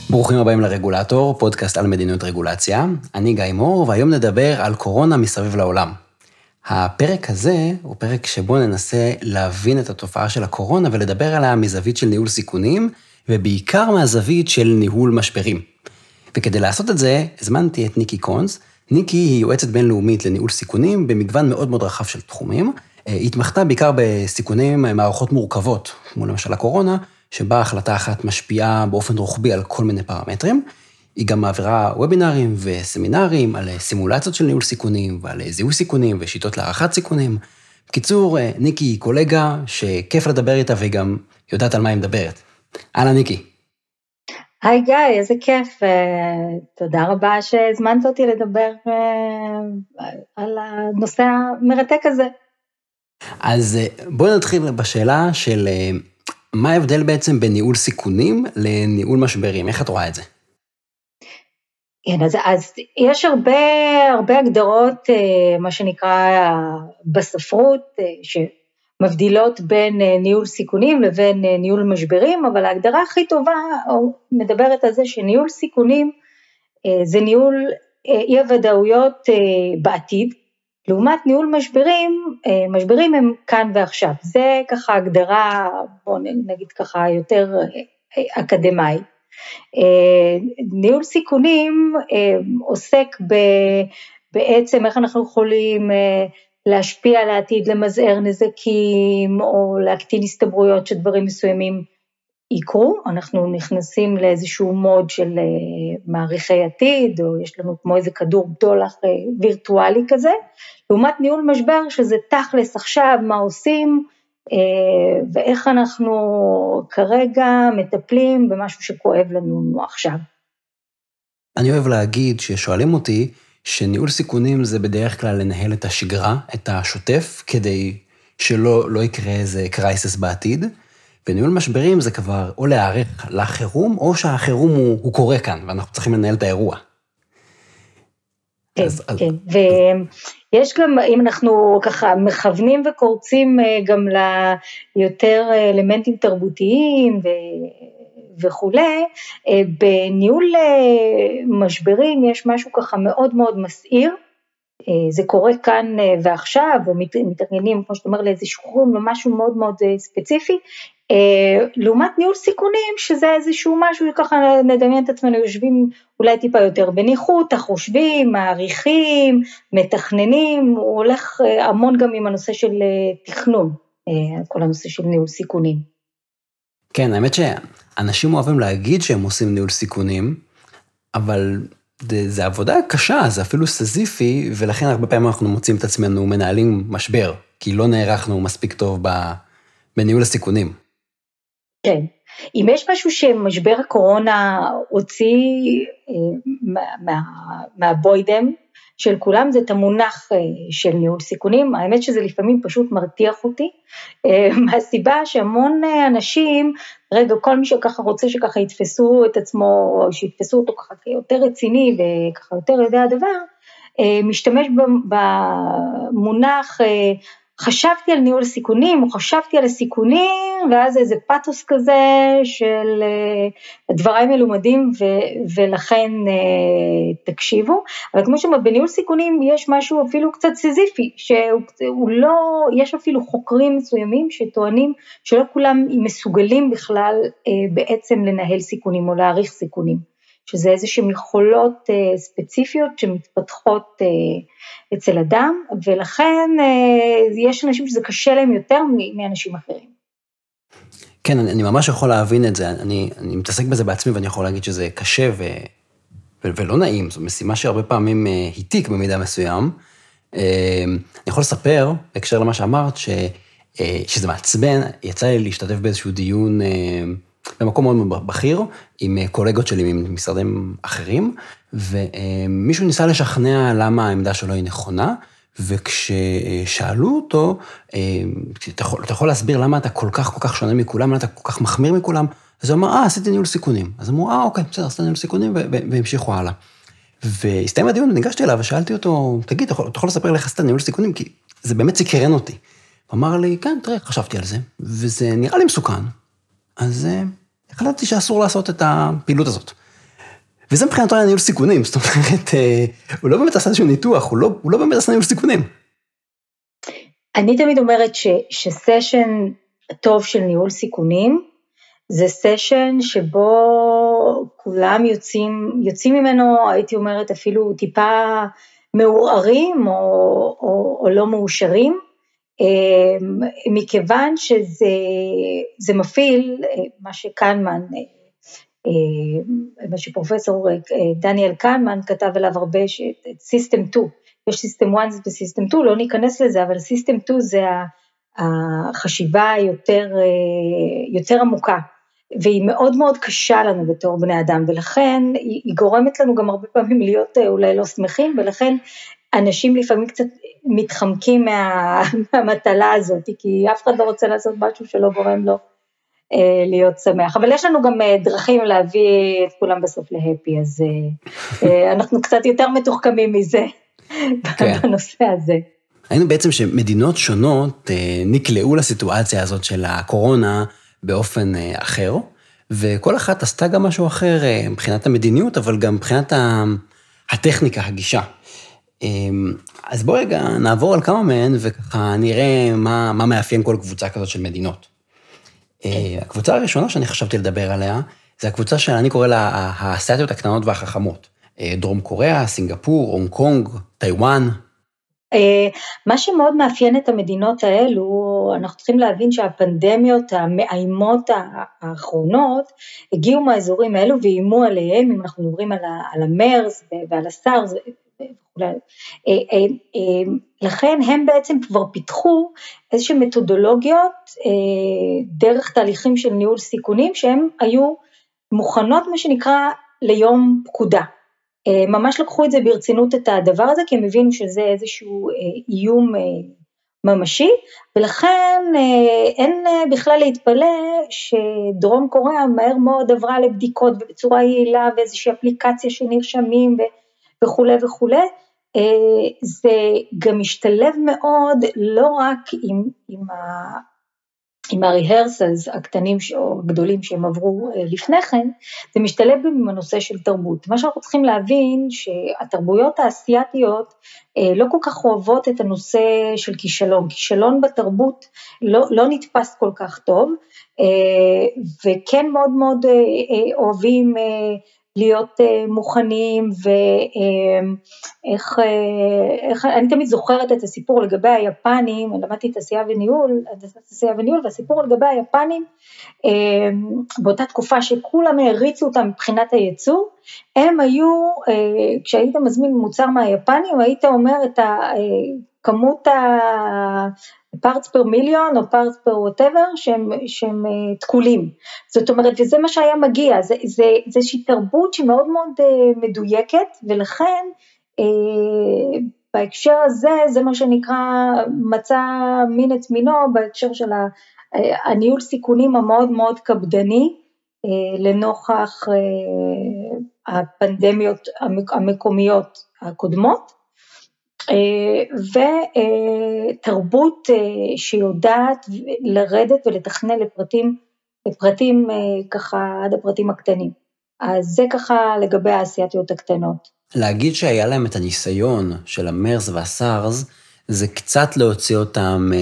ברוכים הבאים לרגולטור, פודקאסט על מדיניות רגולציה. אני גיא מור, והיום נדבר על קורונה מסביב לעולם. הפרק הזה הוא פרק שבו ננסה להבין את התופעה של הקורונה ולדבר עליה מזווית של ניהול סיכונים, ובעיקר מהזווית של ניהול משברים. וכדי לעשות את זה, הזמנתי את ניקי קונס. ניקי היא יועצת בינלאומית לניהול סיכונים במגוון מאוד מאוד רחב של תחומים. היא התמחתה בעיקר בסיכונים מערכות מורכבות, כמו למשל הקורונה, שבה החלטה אחת משפיעה באופן רוחבי על כל מיני פרמטרים. היא גם מעבירה וובינרים וסמינרים על סימולציות של ניהול סיכונים ועל זיהוי סיכונים ושיטות להערכת סיכונים. בקיצור, ניקי היא קולגה שכיף לדבר איתה והיא גם יודעת על מה היא מדברת. הלאה ניקי. היי גיא, איזה כיף. תודה רבה שהזמנת אותי לדבר על הנושא המרתק הזה. אז בואי נתחיל בשאלה של מה ההבדל בעצם בין ניהול סיכונים לניהול משברים? איך את רואה את זה? כן, אז יש הרבה הגדרות, מה שנקרא בספרות, שמבדילות בין ניהול סיכונים לבין ניהול משברים, אבל ההגדרה הכי טובה מדברת על זה שניהול סיכונים זה ניהול אי הוודאויות בעתיד, לעומת ניהול משברים הם כאן ועכשיו. זה ככה הגדרה, בוא נגיד ככה יותר אקדמאי. ניהול סיכונים עוסק בעצם איך אנחנו יכולים להשפיע על העתיד, למזער נזקים או להקטין הסתברויות שדברים מסוימים יקרו. אנחנו נכנסים לאיזשהו מוד של מעריכי עתיד, או יש לנו כמו איזה כדור בדולח וירטואלי כזה, לעומת ניהול משבר שזה תכלס עכשיו מה עושים, ואיך אנחנו כרגע מטפלים במשהו שכואב לנו עכשיו. אני אוהב להגיד ששואלים אותי שניהול סיכונים זה בדרך כלל לנהל את השגרה, את השוטף, כדי שלא יקרה איזה קרייסס בעתיד, וניהול משברים זה כבר או להיערך לחירום, או שהחירום הוא קורה כאן, ואנחנו צריכים לנהל את האירוע. כן, כן, ויש גם, אם אנחנו ככה מכוונים וקורצים גם ליותר אלמנטים תרבותיים וכו', בניהול משברים יש משהו ככה מאוד מאוד מסעיר, זה קורה כאן ועכשיו, ומתארגנים, כמו שאתה אומר, לאיזשהו חום, למשהו מאוד מאוד ספציפי, לעומת ניהול סיכונים, שזה איזשהו משהו, ככה נדמיין את עצמנו, יושבים אולי טיפה יותר בניחות, חושבים, מעריכים, מתכננים, הוא הולך המון גם עם הנושא של תכנון, כל הנושא של ניהול סיכונים. כן, האמת שאנשים אוהבים להגיד שהם עושים ניהול סיכונים, אבל זה עבודה קשה, זה אפילו סזיפי, ולכן הרבה פעמים אנחנו מוצאים את עצמנו מנהלים משבר, כי לא נערכנו מספיק טוב בניהול הסיכונים. כן, אם יש משהו שמשבר הקורונה הוציא מהבוידם של כולם, זה את המונח של ניהול סיכונים. האמת שזה לפעמים פשוט מרתיח אותי, מהסיבה שהמון אנשים, רגע, כל מי שככה רוצה שככה יתפסו את עצמו, או שיתפסו אותו ככה יותר רציני וככה יותר יודע הדבר, משתמש במונח חשבתי על ניהול סיכונים, או חשבתי על הסיכונים, ואז איזה פאטוס כזה של דברים מלומדים, ולכן תקשיבו. אבל כמו שאומר, בניהול סיכונים יש משהו אפילו קצת סזיפי, שהוא לא, יש אפילו חוקרים מסוימים שטוענים שלא כולם מסוגלים בכלל בעצם לנהל סיכונים, או להעריך סיכונים. שזה איזושהי יכולות ספציפיות שמתפתחות אצל אדם, ולכן יש אנשים שזה קשה להם יותר מאנשים אחרים. כן, אני ממש יכול להבין את זה, אני מתעסק בזה בעצמי, ואני יכול להגיד שזה קשה ולא נעים, זו משימה שהרבה פעמים היתיק במידה מסוים. אני יכול לספר, בהקשר למה שאמרת, שזה מעצבן, יצא לי להשתתף באיזשהו דיון במקום מאוד בכיר, עם קולגות שלי ממשרדים אחרים, ומישהו ניסה לשכנע למה העמדה שלו היא נכונה, וכששאלו אותו, אתה יכול להסביר למה אתה כל כך שונה מכולם, למה אתה כל כך מחמיר מכולם, אז הוא אמר, עשיתי ניהול סיכונים. אז אמרו, אוקיי, בסדר, עשיתי ניהול סיכונים, והמשיכו הלאה. והסתיים הדיון, ניגשתי אליו ושאלתי אותו, תגיד, אתה יכול לספר לך עשית ניהול סיכונים? כי זה באמת סקרן אותי. הוא אמר לי, כן, תראה, חשבתי על זה, וזה נראה לי מסוכן. אז החלטתי שאסור לעשות את הפעילות הזאת. וזה מבחינתו היה ניהול סיכונים, זאת אומרת, הוא לא באמת עשה איזשהו ניתוח, הוא לא באמת עשה ניהול סיכונים. אני תמיד אומרת שסשן טוב של ניהול סיכונים, זה סשן שבו כולם יוצאים ממנו, הייתי אומרת אפילו טיפה מעורערים או לא מאושרים, מכיוון שזה מפעיל מה שקנמן, מה שפרופסור דניאל קנמן כתב עליו הרבה, סיסטם 2, יש סיסטם 1 וסיסטם 2, לא ניכנס לזה, אבל סיסטם 2 זה החשיבה יותר עמוקה, והיא מאוד מאוד קשה לנו בתור בני אדם, ולכן היא גורמת לנו גם הרבה פעמים להיות אולי לא שמחים, ולכן אנשים לפעמים קצת מתחמקים מהמטלה הזאת, כי אף אחד לא רוצה לעשות משהו שלא גורם לו להיות שמח, אבל יש לנו גם דרכים להביא את כולם בסוף להפי, אז אנחנו קצת יותר מתוחכמים מזה, בנושא הזה. היינו בעצם שמדינות שונות נקלעו לסיטואציה הזאת של הקורונה באופן אחר, וכל אחת עשתה גם משהו אחר מבחינת המדיניות, אבל גם מבחינת הטכניקה, הגישה. אז בואו רגע נעבור על כמה מהן, וככה נראה מה מאפיין כל קבוצה כזאת של מדינות. הקבוצה הראשונה שאני חשבתי לדבר עליה, זה הקבוצה שאני קורא לה האסייתיות הקטנות והחכמות. דרום קוריאה, סינגפור, הונג קונג, טיואן. מה שמאוד מאפיין את המדינות האלו, אנחנו צריכים להבין שהפנדמיות המאיימות האחרונות, הגיעו מהאזורים האלו ואיימו עליהם, אם אנחנו מדברים על המרס ועל הסארס, לכן הם בעצם כבר פיתחו איזושהי מתודולוגיות, דרך תהליכים של ניהול סיכונים, שהם היו מוכנות מה שנקרא ליום פקודה, ממש לקחו את זה ברצינות את הדבר הזה, כי הם הבינו שזה איזשהו איום ממשי, ולכן אין בכלל להתפלא שדרום קוריאה מהר מאוד עברה לבדיקות ובצורה יעילה, ואיזושהי אפליקציה שנרשמים וכו' וכו'. זה גם משתלב מאוד לא רק עם הריהרסלס הקטנים או הגדולים שהם עברו לפני כן, זה משתלב גם עם הנושא של תרבות. מה שאנחנו צריכים להבין שהתרבויות האסייתיות לא כל כך אוהבות את הנושא של כישלון, כישלון בתרבות לא נתפס כל כך טוב, וכן מאוד מאוד אוהבים להיות מוכנים, ואיך אני תמיד זוכרת את הסיפור לגבי היפנים, למדתי תעשייה וניהול, והסיפור לגבי היפנים, באותה תקופה שכולם הריצו אותם מבחינת הייצור, הם היו, כשהיית מזמין מוצר מהיפנים, היית אומר את כמות parts per million או parts per whatever שהם תקולים. זאת אומרת, וזה מה שהיה מגיע, זה איזושהי תרבות שמאוד מאוד מדויקת, ולכן בהקשר הזה, זה מה שנקרא מצא מין את מינו, בהקשר של הניהול סיכונים המאוד מאוד קפדני, לנוכח הפנדמיות המקומיות הקודמות, ותרבות שיודעת לרדת ולתכנן לפרטים ככה עד הפרטים הקטנים. אז זה ככה לגבי האסייתיות הקטנות. להגיד שהיה להם את הניסיון של המרס והסארס, זה קצת להוציא אותם,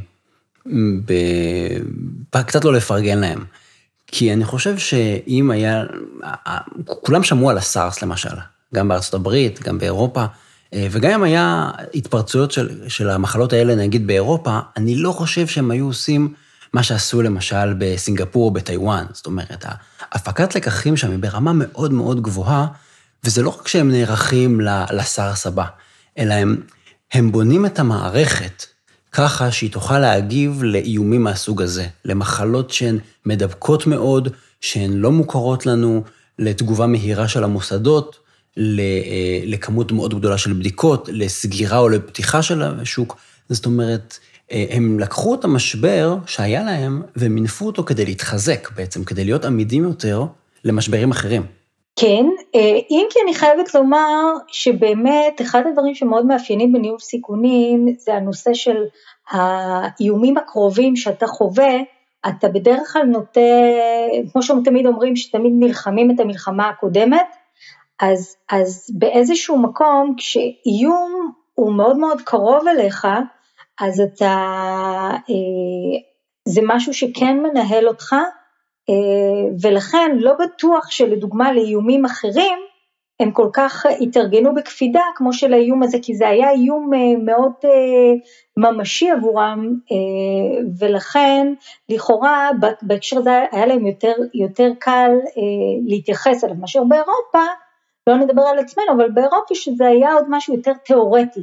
קצת לא לפרגן להם. כי אני חושב שאם היה, כולם שמעו על הסארס למשל, גם בארצות הברית, גם באירופה, וגם אם היה התפרצויות של המחלות האלה, נגיד באירופה, אני לא חושב שהם היו עושים מה שעשו למשל בסינגפור או בטיואן. זאת אומרת, ההפקת לקחים שם היא ברמה מאוד מאוד גבוהה, וזה לא רק שהם נערכים לסארס הבא, אלא הם בונים את המערכת ככה שהיא תוכל להגיב לאיומים מהסוג הזה, למחלות שהן מדבקות מאוד, שהן לא מוכרות לנו, לתגובה מהירה של המוסדות, לכמות מאוד גדולה של בדיקות, לסגירה או לפתיחה של השוק. זאת אומרת, הם לקחו את המשבר שהיה להם, ומינפו אותו כדי להתחזק בעצם, כדי להיות עמידים יותר למשברים אחרים. כן, אם כי אני חייבת לומר שבאמת אחד הדברים שמאוד מאפיינים בניהול סיכונים, זה הנושא של האיומים הקרובים שאתה חווה, אתה בדרך כלל נוטה, כמו שתמיד אומרים שתמיד נלחמים את המלחמה הקודמת, אז באיזשהו מקום, כשאיום הוא מאוד מאוד קרוב אליך, אז זה משהו שכן מנהל אותך, ולכן לא בטוח שלדוגמה לאיומים אחרים, הם כל כך התארגנו בקפידה כמו של האיום הזה, כי זה היה איום מאוד ממשי עבורם, ולכן לכאורה בהקשר הזה היה להם יותר קל להתייחס אליו, מאשר באירופה, לא נדבר על עצמנו, אבל באירופה שזה היה עוד משהו יותר תיאורטי,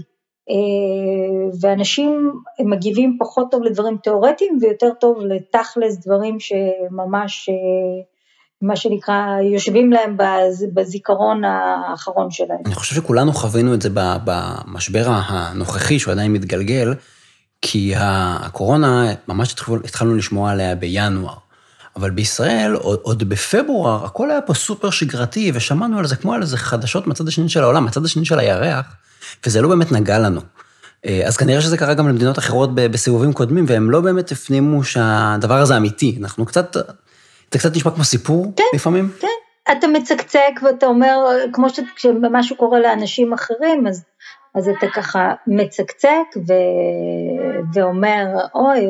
ואנשים מגיבים פחות טוב לדברים תיאורטיים, ויותר טוב לתכלס דברים שממש, מה שנקרא, יושבים להם בזיכרון האחרון שלהם. אני חושב שכולנו חווינו את זה במשבר הנוכחי, שהוא עדיין מתגלגל, כי הקורונה, ממש התחלנו לשמוע עליה בינואר, אבל בישראל, עוד בפברואר, הכל היה פה סופר שגרתי, ושמענו על זה כמו על איזה חדשות מצד השני של העולם, מצד השני של הירח, וזה לא באמת נגע לנו. אז כנראה שזה קרה גם למדינות אחרות בסיבובים קודמים, והם לא באמת הפנימו שהדבר הזה אמיתי. אנחנו קצת, זה קצת נשמע כמו סיפור לפעמים. כן, אתה מצקצק ואתה אומר, כמו שמשהו קורה לאנשים אחרים, אז אתה ככה מצקצק ואומר, אוי,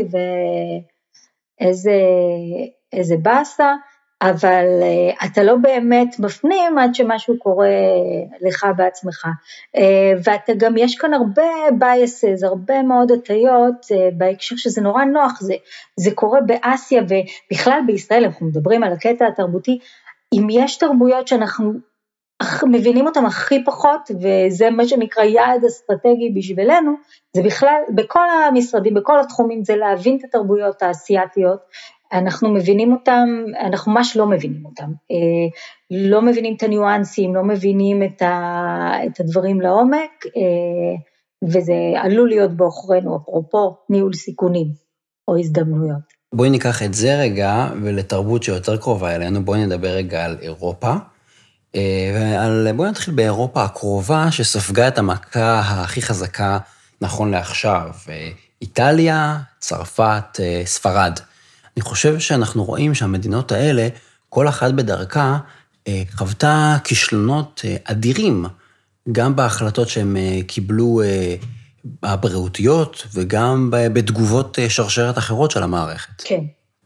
ואיזה בסה, אבל אתה לא באמת מפנים עד שמשהו קורה לך בעצמך, ואתה גם, יש כאן הרבה biases, הרבה מאוד הטיות, בהקשר שזה נורא נוח, זה קורה באסיה, ובכלל בישראל, אנחנו מדברים על הקטע התרבותי, אם יש תרבויות שאנחנו מבינים אותם הכי פחות, וזה מה שנקרא יעד אסטרטגי בשבילנו, זה בכלל, בכל המשרדים, בכל התחומים, זה להבין את התרבויות האסייתיות, אנחנו מבינים אותם, אנחנו ממש לא מבינים אותם, לא מבינים את הניואנסים, לא מבינים את הדברים לעומק, וזה עלול להיות באחרינו, אפרופו ניהול סיכונים או הזדמנויות. בואי ניקח את זה רגע, ולתרבות שיותר קרובה אלינו, בואי נדבר רגע על אירופה, בואי נתחיל באירופה הקרובה, שספגה את המכה הכי חזקה נכון לעכשיו, איטליה, צרפת, ספרד. אני חושב שאנחנו רואים שהמדינות האלה, כל אחת בדרכה, חוותה כישלונות אדירים, גם בהחלטות שהם קיבלו הבריאותיות, וגם בתגובות שרשרת אחרות של המערכת. כן.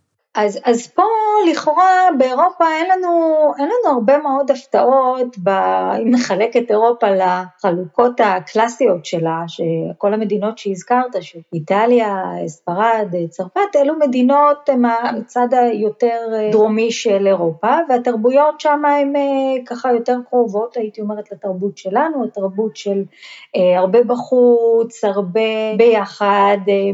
אז פה לכאורה באירופה אין לנו הרבה מאוד הפתעות, אם נחלק את אירופה לחלוקות הקלאסיות שלה, שכל המדינות שהזכרת, איטליה, ספרד, צרפת, אלו מדינות מצד היותר דרומי של אירופה, והתרבויות שם הן ככה יותר קרובות, הייתי אומרת לתרבות שלנו, התרבות של הרבה בחוץ, הרבה ביחד,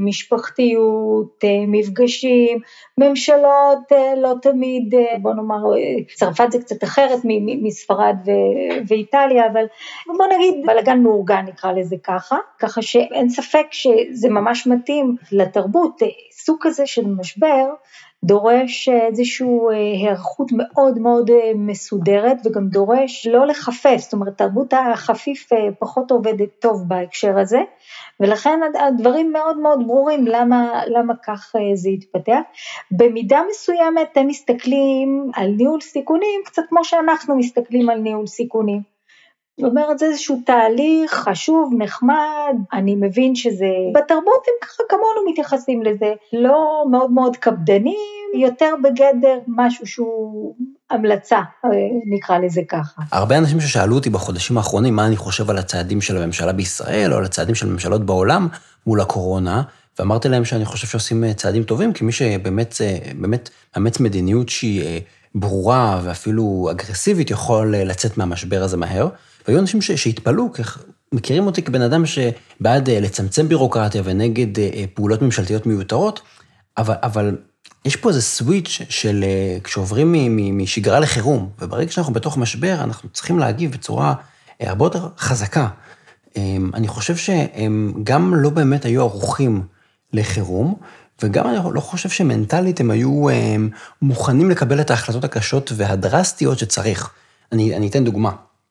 משפחתיות, מפגשים, ממשלות לא תמיד, בוא נאמר, צרפת זה קצת אחרת מספרד ואיטליה, אבל בוא נגיד בלגן מאורגן נקרא לזה ככה שאין ספק שזה ממש מתאים לתרבות, סוג כזה של משבר, דורש איזושהי היערכות מאוד מאוד מסודרת, וגם דורש לא לחפף, זאת אומרת, תרבות החפיף פחות עובדת טוב בהקשר הזה, ולכן הדברים מאוד מאוד ברורים למה כך זה יתפתח. במידה מסוימת הם מסתכלים על ניהול סיכונים, קצת כמו שאנחנו מסתכלים על ניהול סיכונים. זאת אומרת, זה איזשהו תהליך חשוב, נחמד, אני מבין שזה, בתרבות הם ככה כמונו מתייחסים לזה, לא מאוד מאוד קפדנים, יותר בגדר משהו שהוא המלצה, נקרא לזה ככה. הרבה אנשים ששאלו אותי בחודשים האחרונים, מה אני חושב על הצעדים של הממשלה בישראל, או על הצעדים של ממשלות בעולם מול הקורונה, ואמרתי להם שאני חושב שעושים צעדים טובים, כי מי שבאמת מאמץ מדיניות שהיא ברורה, ואפילו אגרסיבית, יכול לצאת מהמשבר הזה מהר, והיו אנשים שהתפלו, מכירים אותי כבן אדם שבעד לצמצם בירוקרטיה ונגד פעולות ממשלתיות מיותרות, אבל יש פה איזה סוויץ' של כשעוברים משגרה לחירום, וברגע שאנחנו בתוך משבר, אנחנו צריכים להגיב בצורה הרבה יותר חזקה. אני חושב שהם גם לא באמת היו ערוכים לחירום, וגם אני לא חושב שמנטלית הם היו מוכנים לקבל את ההחלטות הקשות והדרסטיות שצריך. אני אתן דוגמה.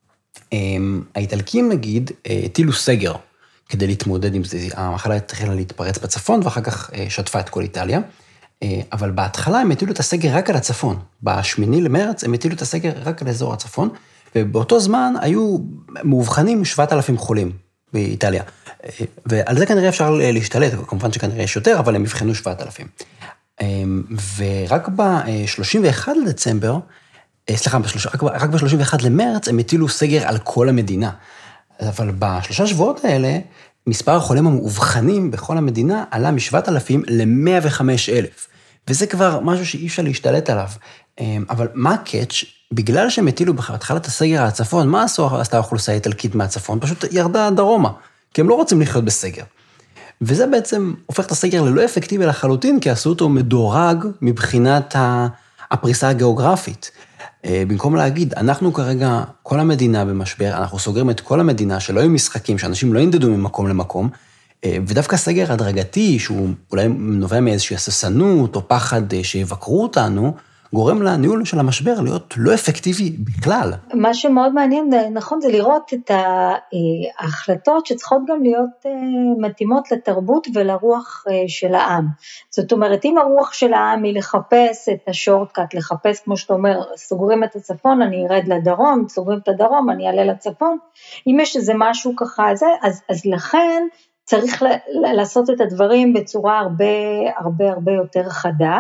האיטלקים נגיד הטילו סגר כדי להתמודד עם זה, המחלה התחילה להתפרץ בצפון ואחר כך שטפה את כל איטליה, אבל בהתחלה הם הטילו את הסגר רק על הצפון, ב8 למרץ הם הטילו את הסגר רק על אזור הצפון, ובאותו זמן היו מאובחנים 7,000 חולים באיטליה, ועל זה כנראה אפשר להשתלט, כמובן שכנראה יש יותר, אבל הם הבחנו 7,000. ורק ב-31 לדצמבר, רק ב-31 למרץ, הם הטילו סגר על כל המדינה. אבל בשלושה שבועות האלה, מספר החולים המאובחנים בכל המדינה עלה מ-7,000 ל-105,000. וזה כבר משהו שאי אפשר להשתלט עליו. אבל מה הקאץ'? בגלל שהם הטילו בהתחלת הסגר על הצפון, מה עשתה האוכלוסייה האיטלקית מהצפון? פשוט ירדה דרומה, כי הם לא רוצים לחיות בסגר. וזה בעצם הופך את הסגר ללא אפקטיבי לחלוטין, כי עשו אותו מדורג מבחינת הפריסה הגיאוגרפית. במקום להגיד, אנחנו כרגע, כל המדינה במשבר, אנחנו סוגרים את כל המדינה, שלא יהיו משחקים, שאנשים לא ינדדו ממקום למקום, ודווקא סגר הדרגתי, שהוא אולי נובע מאיזושהי הססנות, או פחד שיבקרו אותנו, גורם לניהול של המשבר להיות לא אפקטיבי בכלל. מה שמאוד מעניין, נכון, זה לראות את ההחלטות שצריכות גם להיות מתאימות לתרבות ולרוח של העם. זאת אומרת, אם הרוח של העם היא לחפש את השורטקאט, לחפש, כמו שאתה אומר, סוגרים את הצפון, אני ארד לדרום, סוגרים את הדרום, אני אעלה לצפון, אם יש איזה משהו ככה, אז לכן צריך לעשות את הדברים בצורה הרבה יותר חדה.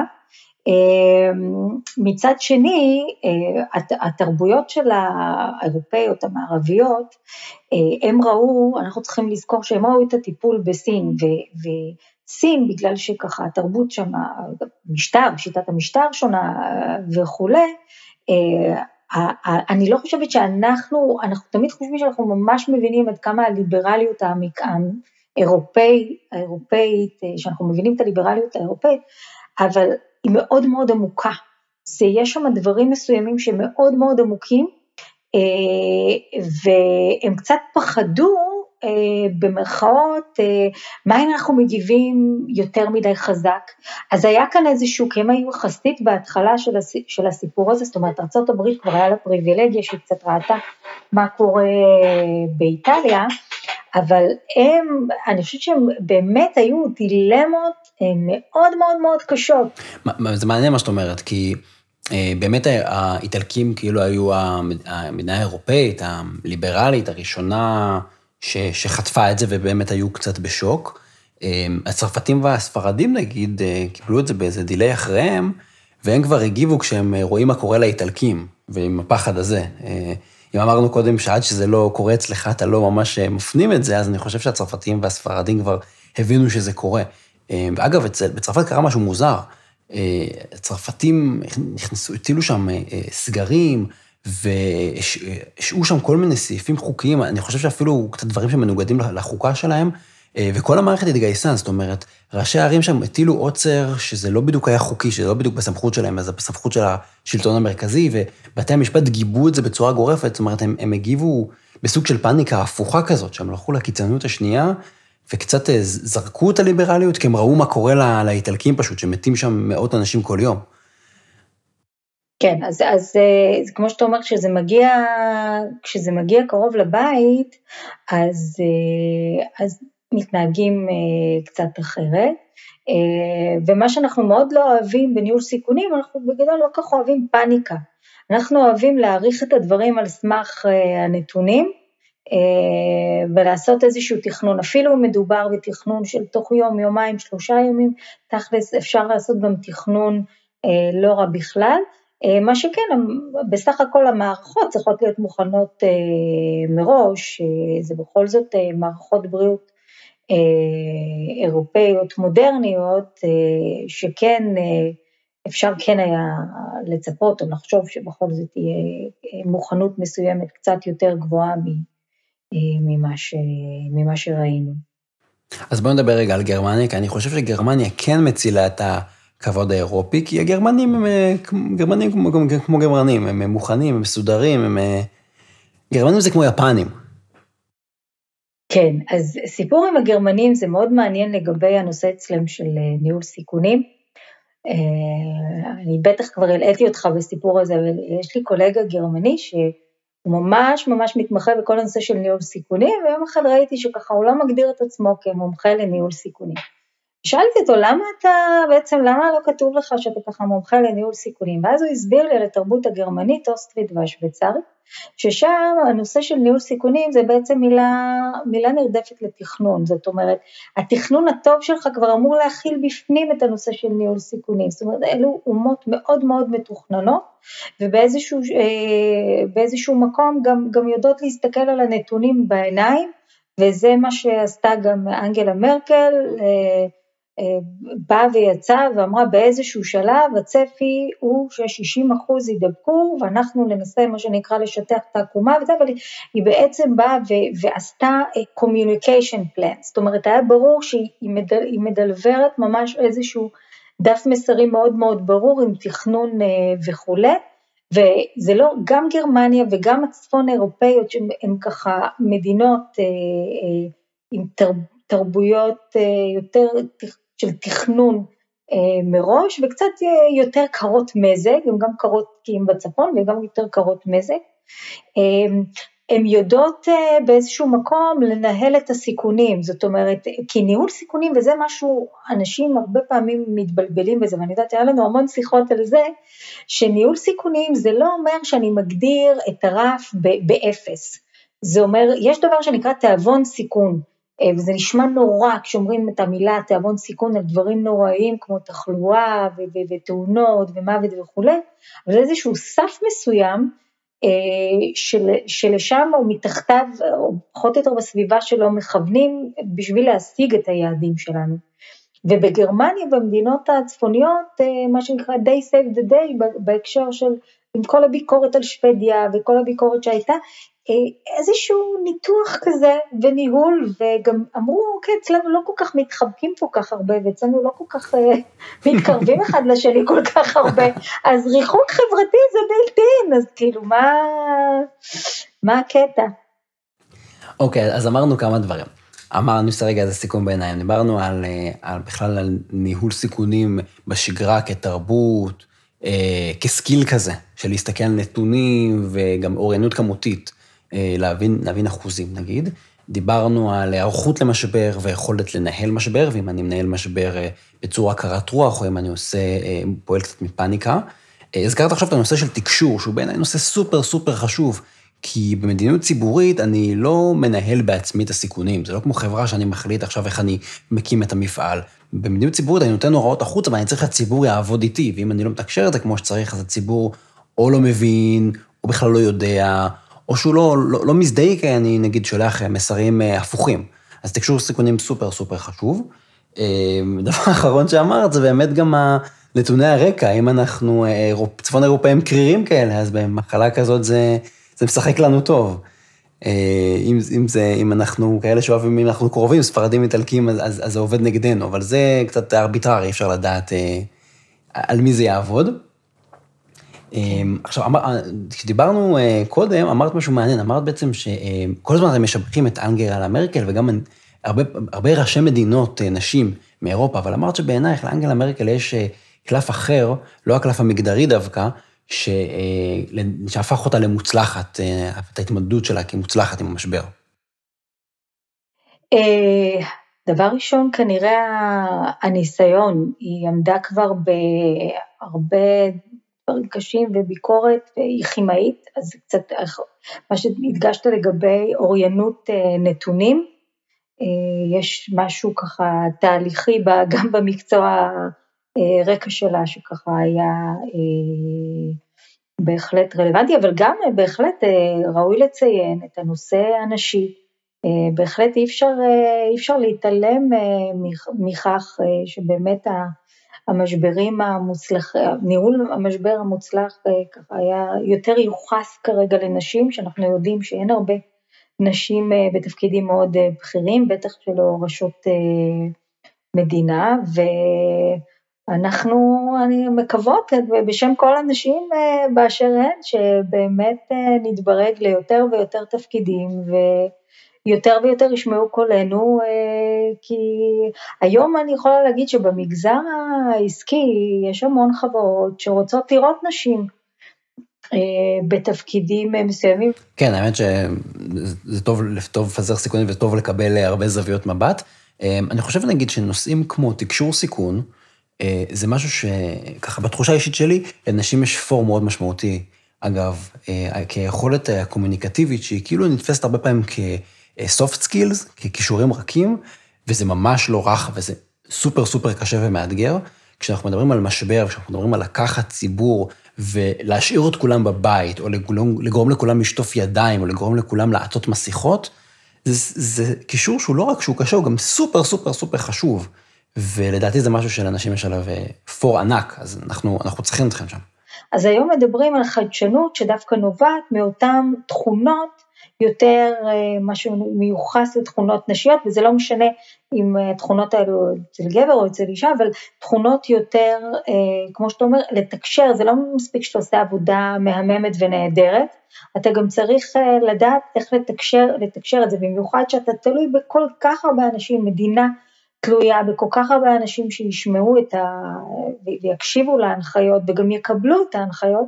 מצד שני, התרבויות של האירופאיות המערביות, הם ראו, אנחנו צריכים לזכור שהם ראו את הטיפול בסין, וסין בגלל שככה התרבות שם, שיטת המשטר שונה וכו', אני לא חושבת שאנחנו תמיד חושבים שאנחנו ממש מבינים עד כמה הליברליות האירופאית, שאנחנו מבינים את הליברליות האירופאית, אבל היא מאוד מאוד עמוקה, יש שם דברים מסוימים שמאוד מאוד עמוקים, והם קצת פחדו במרכאות, מה אם אנחנו מגיבים יותר מדי חזק, אז היה כאן איזשהו, כי הם היו חסית בהתחלה של הסיפור הזה, זאת אומרת ארצות הברית כבר היה לה פריבילגיה, שהיא קצת ראתה מה קורה באיטליה, אבל אני חושבת שהם באמת היו דילמות מאוד מאוד מאוד קשות. זה מעניין מה שאת אומרת, כי באמת האיטלקים כאילו היו המדינה האירופאית, הליברלית, הראשונה שחטפה את זה ובאמת היו קצת בשוק. הצרפתים והספרדים נגיד קיבלו את זה באיזה דילי אחריהם, והם כבר הגיבו כשהם רואים מה קורה לאיטלקים, ועם הפחד הזה. אם אמרנו קודם שעד שזה לא קורה אצלך, אתה לא ממש מפנים את זה, אז אני חושב שהצרפתים והספרדים כבר הבינו שזה קורה. ואגב, בצרפת קרה משהו מוזר. הצרפתים הטילו שם סגרים, והשאו שם כל מיני סעיפים חוקיים, אני חושב שאפילו קצת דברים שמנוגדים לחוקה שלהם, וכל המערכת התגייסה, זאת אומרת, ראשי הערים שם הטילו עוצר, שזה לא בדיוק היה חוקי, שזה לא בדיוק בסמכות שלהם, אז זה בסמכות של השלטון המרכזי, ובתי המשפט גיבו את זה בצורה גורפת, זאת אומרת, הם הגיבו בסוג של פאניקה הפוכה כזאת, שהם הלכו לקיצוניות השנייה, וקצת זרקו את הליברליות, כי הם ראו מה קורה לאיטלקים פשוט, שמתים שם מאות אנשים כל יום. כן, אז כמו שאתה אומר, כשזה מגיע קרוב לבית, אז מתנהגים קצת אחרת, ומה שאנחנו מאוד לא אוהבים בניהול סיכונים, אנחנו בגדול לא כך אוהבים פאניקה, אנחנו אוהבים להעריך את הדברים על סמך הנתונים, ולעשות איזשהו תכנון, אפילו מדובר בתכנון של תוך יום, יומיים, 3 ימים, תכלס אפשר לעשות גם תכנון לא רע בכלל, מה שכן, בסך הכל המערכות צריכות להיות מוכנות מראש, זה בכל זאת מערכות בריאות אירופאיות מודרניות, שכן אפשר כן היה לצפות או לחשוב שבכל זאת תהיה מוכנות מסוימת קצת יותר גבוהה ממה שראינו. אז בואו נדבר רגע על גרמניה, כי אני חושב שגרמניה כן מצילה את הכבוד האירופי, כי הגרמנים הם גרמנים כמו גרמנים, הם מוכנים, הם מסודרים, גרמנים זה כמו יפנים. כן, אז סיפור עם הגרמנים זה מאוד מעניין לגבי הנושא אצלם של ניהול סיכונים, אני בטח כבר הלאיתי אותך בסיפור הזה, אבל יש לי קולגה גרמני שהוא ממש מתמחה בכל הנושא של ניהול סיכונים, ויום אחד ראיתי שככה הוא לא מגדיר את עצמו כמומחה לניהול סיכונים, שאלתי אותו, למה לא כתוב לך שאתה ככה מומחה לניהול סיכונים? ואז הוא הסביר לי על התרבות הגרמנית, אוסטרית והשוויצרית, ששם הנושא של ניהול סיכונים זה בעצם מילה נרדפת לתכנון, זאת אומרת, התכנון הטוב שלך כבר אמור להכיל בפנים את הנושא של ניהול סיכונים, זאת אומרת, אלו אומות מאוד מאוד מתוכננות, ובאיזשהו מקום גם יודעות להסתכל על הנתונים בעיניים, וזה מה שעשתה גם אנגלה מרקל, באה ויצאה ואמרה באיזשהו שלב הצפי הוא ש60% ידבקו ואנחנו ננסה מה שנקרא לשטח את העקומה וזה, אבל היא בעצם באה ועשתה communication plan, זאת אומרת היה ברור שהיא מדלברת ממש איזשהו דף מסרים מאוד מאוד ברור עם תכנון וכו', וזה לא, גם גרמניה וגם הצפון אירופאיות שהן ככה מדינות עם תרבויות יותר של תכנון מראש, וקצת יותר קרות מזג, הם גם קרות כי הם בצפון וגם יותר קרות מזג, הן יודעות באיזשהו מקום לנהל את הסיכונים, זאת אומרת, כי ניהול סיכונים וזה משהו, אנשים הרבה פעמים מתבלבלים בזה, ואני יודעת, היה לנו המון שיחות על זה, שניהול סיכונים זה לא אומר שאני מגדיר את הרף באפס, זה אומר, יש דבר שנקרא תיאבון סיכון, וזה נשמע נורא כשאומרים את המילה תיאבון סיכון על דברים נוראיים כמו תחלואה ותאונות ומוות וכו', אבל איזשהו סף מסוים שלשם או מתחתיו או פחות או יותר בסביבה שלו מכוונים בשביל להשיג את היעדים שלנו. ובגרמניה במדינות הצפוניות מה שנקרא they save the day בהקשר של עם כל הביקורת על שוודיה וכל הביקורת שהייתה, איזשהו ניתוח כזה וניהול, וגם אמרו, אוקיי, אצלנו לא כל כך מתחבקים פה כך הרבה, ואצלנו לא כל כך מתקרבים אחד לשני כל כך הרבה, אז ריחוק חברתי זה בלתי, אז כאילו, מה הקטע? אוקיי, אז אמרנו כמה דברים. אמרנו שרגע איזה סיכון בעיניים, דיברנו בכלל על ניהול סיכונים בשגרה כתרבות, כסקיל כזה, של להסתכל על נתונים וגם אוריינות כמותית, להבין אחוזים נגיד, דיברנו על הערכות למשבר ויכולת לנהל משבר, ואם אני מנהל משבר בצורה קרת רוח, או אם אני פועל קצת מפניקה. הזכרת עכשיו את הנושא של תקשור, שהוא בעיניי נושא סופר סופר חשוב, כי במדיניות ציבורית אני לא מנהל בעצמי את הסיכונים, זה לא כמו חברה שאני מחליט עכשיו איך אני מקים את המפעל. במדיניות ציבורית אני נותן הוראות החוצה, ואני צריך שהציבור יעבוד איתי, ואם אני לא מתקשר את זה כמו שצריך, אז הציבור או לא מבין, או בכלל לא יודע, או שהוא לא מזדהי, כי אני נגיד שולח מסרים הפוכים. אז תקשור סיכונים סופר סופר חשוב. דבר האחרון שאמרת, זה באמת גם נתוני הרקע, אם אנחנו צפון אירופאים קרירים כאלה, אז במחלה כזאת זה משחק לנו טוב. אם אנחנו כאלה שאוהבים, אם אנחנו קרובים, ספרדים איטלקים, אז זה עובד נגדנו, אבל זה קצת ארביטרי, אפשר לדעת על מי זה יעבוד. עכשיו, כשדיברנו קודם, אמרת משהו מעניין, אמרת בעצם שכל הזמן אתם משבחים את אנגלה מרקל, וגם הרבה ראשי מדינות, נשים מאירופה, אבל אמרת שבעינייך לאנגלה מרקל יש קלף אחר, לא הקלף המגדרי דווקא, שהפך אותה למוצלחת, את ההתמודדות שלה כמוצלחת עם המשבר. דבר ראשון, כנראה הניסיון, היא עמדה כבר בהרבה דברים קשים וביקורת, היא כימאית, אז קצת מה שהדגשת לגבי אוריינות נתונים, יש משהו ככה תהליכי גם במקצוע רקע שלה שככה היה בהחלט רלוונטי, אבל גם בהחלט ראוי לציין את הנושא הנשי, בהחלט אי אפשר להתעלם מכך שבאמת המשברים המוצלח, ניהול המשבר המוצלח ככה היה יותר יוחס כרגע לנשים, שאנחנו יודעים שאין הרבה נשים בתפקידים מאוד בכירים, בטח שלא ראשות מדינה, אני מקוות בשם כל הנשים באשר הן, שבאמת נתברג ליותר ויותר תפקידים, ויותר ויותר ישמעו קולנו, כי היום אני יכולה להגיד שבמגזר העסקי יש המון חברות שרוצות לראות נשים בתפקידים מסוימים. כן, האמת שזה טוב לפזר סיכונים וטוב לקבל הרבה זוויות מבט, אני חושב נגיד שנושאים כמו תקשור סיכון, זה משהו שככה בתחושה האישית שלי, לנשים יש פור מאוד משמעותי. אגב, כיכולת הקומוניקטיבית, שהיא כאילו נתפסת הרבה פעמים כ-soft skills, ככישורים רכים, וזה ממש לא רך, וזה סופר סופר קשה ומאתגר. כשאנחנו מדברים על משבר, כשאנחנו מדברים על לקחת ציבור, ולהשאיר את כולם בבית, או לגרום לכולם לשטוף ידיים, או לגרום לכולם לעטות מסיכות, זה קישור שהוא לא רק שהוא קשה, הוא גם סופר סופר סופר חשוב. ולדעתי זה משהו שלאנשים יש עליו פור ענק, אז אנחנו צריכים אתכם שם. אז היום מדברים על חדשנות שדווקא נובעת מאותן תכונות יותר משהו מיוחס לתכונות נשיות, וזה לא משנה אם התכונות האלו אצל גבר או אצל אישה, אבל תכונות יותר, כמו שאתה אומר, לתקשר, זה לא מספיק שאתה עושה עבודה מהממת ונהדרת, אתה גם צריך לדעת איך לתקשר את זה, במיוחד שאתה תלוי בכל כך הרבה אנשים, מדינה תלויה בכל כך הרבה אנשים שישמעו ויקשיבו להנחיות, וגם יקבלו את ההנחיות,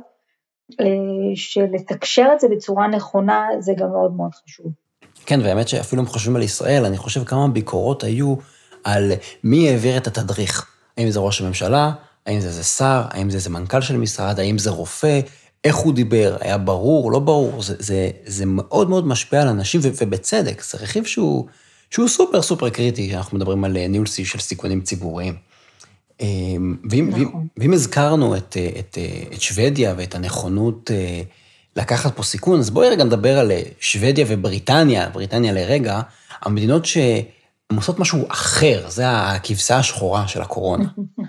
שלתקשר את זה בצורה נכונה, זה גם מאוד מאוד חשוב. כן, והאמת שאפילו אם חושבים על ישראל, אני חושב כמה ביקורות היו על מי העביר את התדריך. האם זה ראש הממשלה, האם זה שר, האם זה מנכ"ל של משרד, האם זה רופא, איך הוא דיבר, היה ברור, לא ברור, זה מאוד מאוד משפיע על אנשים, ובצדק, זה רכיב שהוא סופר סופר קריטי, אנחנו מדברים על ניהול של סיכונים ציבוריים. ואם הזכרנו את שוודיה ואת הנכונות לקחת פה סיכון, אז בואי רגע נדבר על שוודיה ובריטניה, בריטניה לרגע, המדינות שהן עושות משהו אחר, זה הכבשה השחורה של הקורונה.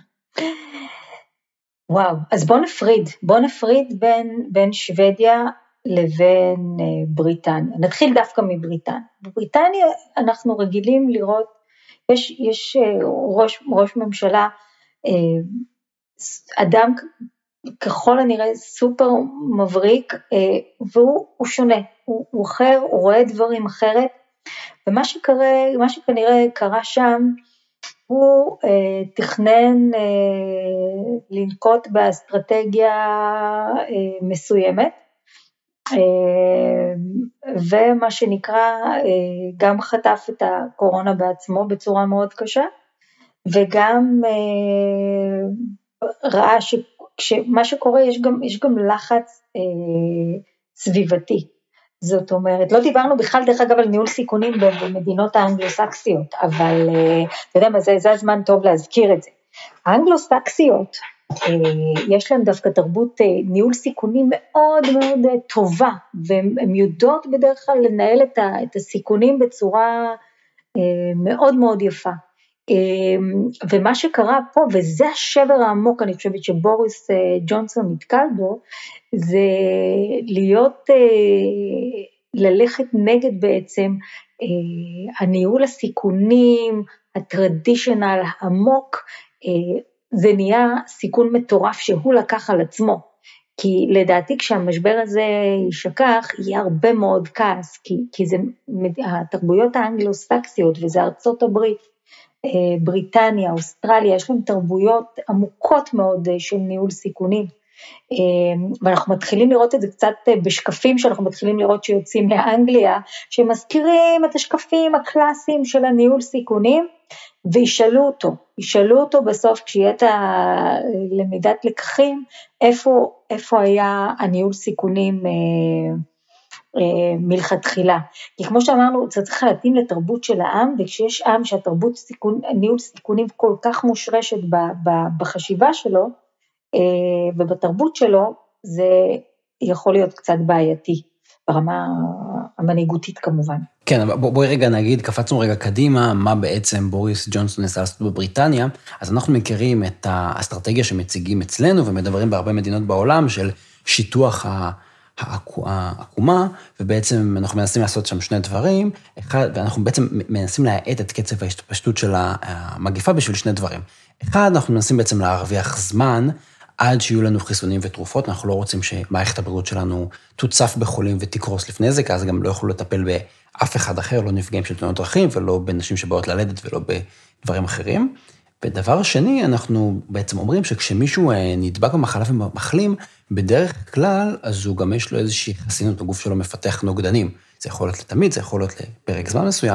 וואו, אז בוא נפריד בין שוודיה לבין בריטניה. נתחיל דווקא מבריטניה. בבריטניה אנחנו רגילים לראות, יש ראש ממשלה, אדם ככל הנראה סופר מבריק, והוא שונה, הוא אחר, הוא רואה דברים אחרת, ומה שכנראה קרה שם, הוא תכנן לנקוט באסטרטגיה מסוימת, ומה שנקרא גם חטף את הקורונה בעצמו בצורה מאוד קשה, וגם ראה שמה שקורה יש גם לחץ סביבתי, זאת אומרת, לא דיברנו בכלל דרך אגב על ניהול סיכונים במדינות האנגלו-סקסיות, אבל אתה יודע מה, זה הזמן טוב להזכיר את זה. האנגלו-סקסיות, יש להם דווקא תרבות ניהול סיכונים מאוד מאוד טובה, והן יודעות בדרך כלל לנהל את הסיכונים בצורה מאוד מאוד יפה. ומה שקרה פה, וזה השבר העמוק, אני חושבת שבוריס ג'ונסון נתקל בו, זה ללכת נגד בעצם הניהול הסיכונים, הטרדישנל העמוק, זה נהיה סיכון מטורף שהוא לקח על עצמו, כי לדעתי כשהמשבר הזה יישכח, יהיה הרבה מאוד כעס, כי זה התרבויות האנגלו-סקסיות, וזה ארצות הברית, בריטניה, אוסטרליה, יש להם תרבויות עמוקות מאוד של ניהול סיכונים, ואנחנו מתחילים לראות את זה קצת בשקפים, שאנחנו מתחילים לראות שיוצאים לאנגליה, שמזכירים את השקפים הקלאסיים של הניהול סיכונים, וישאלו אותו בסוף, כשיהיה את הלמידת לקחים, איפה היה הניהול סיכונים מלכתחילה, כי כמו שאמרנו, צריך להתאים לתרבות של העם, וכשיש עם שהתרבות ניהול סיכונים כל כך מושרשת בחשיבה שלו, ובתרבות שלו, זה יכול להיות קצת בעייתי, ברמה המנהיגותית כמובן. כן, בואי רגע נגיד, קפצנו רגע קדימה, מה בעצם בוריס ג'ונסון ניסה לעשות בבריטניה, אז אנחנו מכירים את האסטרטגיה שמציגים אצלנו, ומדברים בהרבה מדינות בעולם של שיטוח העקומה, ובעצם אנחנו מנסים לעשות שם שני דברים, ואנחנו בעצם מנסים להאט את קצב ההתפשטות של המגפה בשביל שני דברים. אחד, אנחנו מנסים בעצם להרוויח זמן, עד שיהיו לנו חיסונים ותרופות, אנחנו לא רוצים שמערכת הבריאות שלנו תוצף בחולים ותקרוס לפני זה, כי אז גם לא יוכלו לטפל באף אחד אחר, לא נפגעים של תאונות דרכים, ולא בנשים שבאות ללדת, ולא בדברים אחרים. ודבר שני, אנחנו בעצם אומרים שכשמישהו נדבק במחלה ומחלים, בדרך כלל, אז הוא גם יש לו איזושהי חסינות בגוף שלו מפתח נוגדנים. זה יכול להיות לתמיד, זה יכול להיות לפרק זמן מסוים,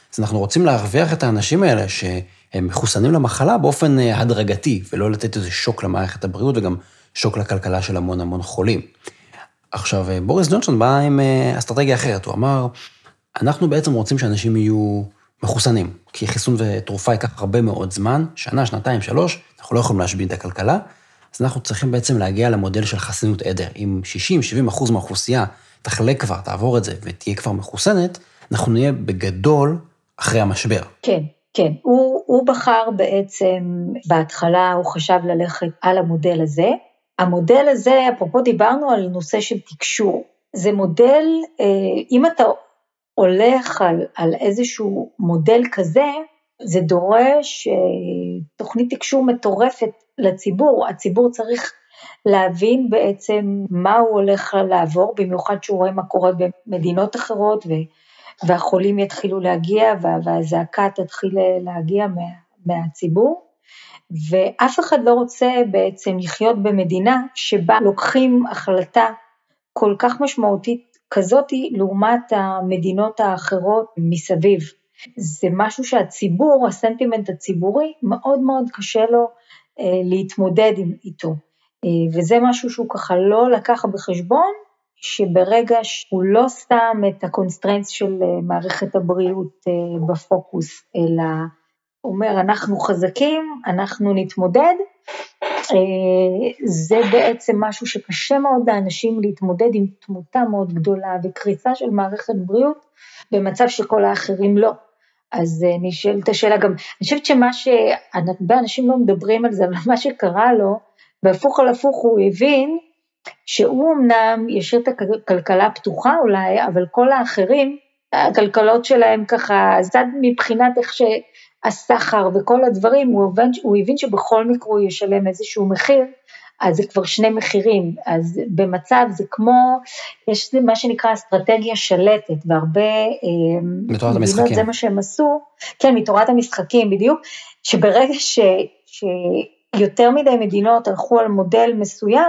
אז אנחנו רוצים להרוויח את האנשים האלה שהם מחוסנים למחלה באופן הדרגתי, ולא לתת איזה שוק למערכת הבריאות וגם שוק לכלכלה של המון המון חולים. עכשיו, בוריס ג'ונסון בא עם אסטרטגיה אחרת, הוא אמר, אנחנו בעצם רוצים שאנשים יהיו מחוסנים, כי חיסון ותרופה ייקח הרבה מאוד זמן, שנה, שנתיים, 3, אנחנו לא יכולים להשבין את הכלכלה, אז אנחנו צריכים בעצם להגיע למודל של חסינות עדר. אם 60-70% מהאוכלוסייה תחלק כבר, תעבור את זה ותהיה כבר מחוסנת, אנחנו נהיה בגדול אחרי המשבר. כן, כן. הוא בחר בעצם, בהתחלה הוא חשב ללכת על המודל הזה. המודל הזה, אפרופו דיברנו על נושא של תקשור. זה מודל, אם אתה הולך על איזשהו מודל כזה, זה דורש תוכנית תקשור מטורפת לציבור. הציבור צריך להבין בעצם מה הוא הולך לעבור, במיוחד שהוא רואה מה קורה במדינות אחרות, והחולים יתחילו להגיע, והזעקה תתחיל להגיע מהציבור, ואף אחד לא רוצה בעצם לחיות במדינה שבה לוקחים החלטה כל כך משמעותית כזאת, לעומת המדינות האחרות מסביב. זה משהו שהציבור, הסנטימנט הציבורי, מאוד מאוד קשה לו להתמודד איתו, וזה משהו שהוא ככה לא לקח בחשבון, שברגע שהוא לא שם את הקונסטרנס של מערכת הבריאות בפוקוס, אלא אומר אנחנו חזקים, אנחנו נתמודד, זה בעצם משהו שקשה מאוד לאנשים להתמודד עם תמותה מאוד גדולה וקריסה של מערכת בריאות, במצב שכל האחרים לא. אז נשאלת השאלה גם, אני חושבת שמה שהרבה אנשים לא מדברים על זה, אבל מה שקרה לו, בהפוך על הפוך הוא הבין, שהוא אמנם ישאיר את הכלכלה פתוחה אולי, אבל כל האחרים, הכלכלות שלהם ככה, זד מבחינת איך שהסחר וכל הדברים, הוא הבין שבכל מקרה הוא ישלם איזשהו מחיר, אז זה כבר שני מחירים, אז במצב זה כמו, יש מה שנקרא אסטרטגיה שלטת, והרבה מדינות זה מה שהם עשו, כן, מתורת המשחקים בדיוק, שברגע שיותר מדי מדינות הלכו על מודל מסוים,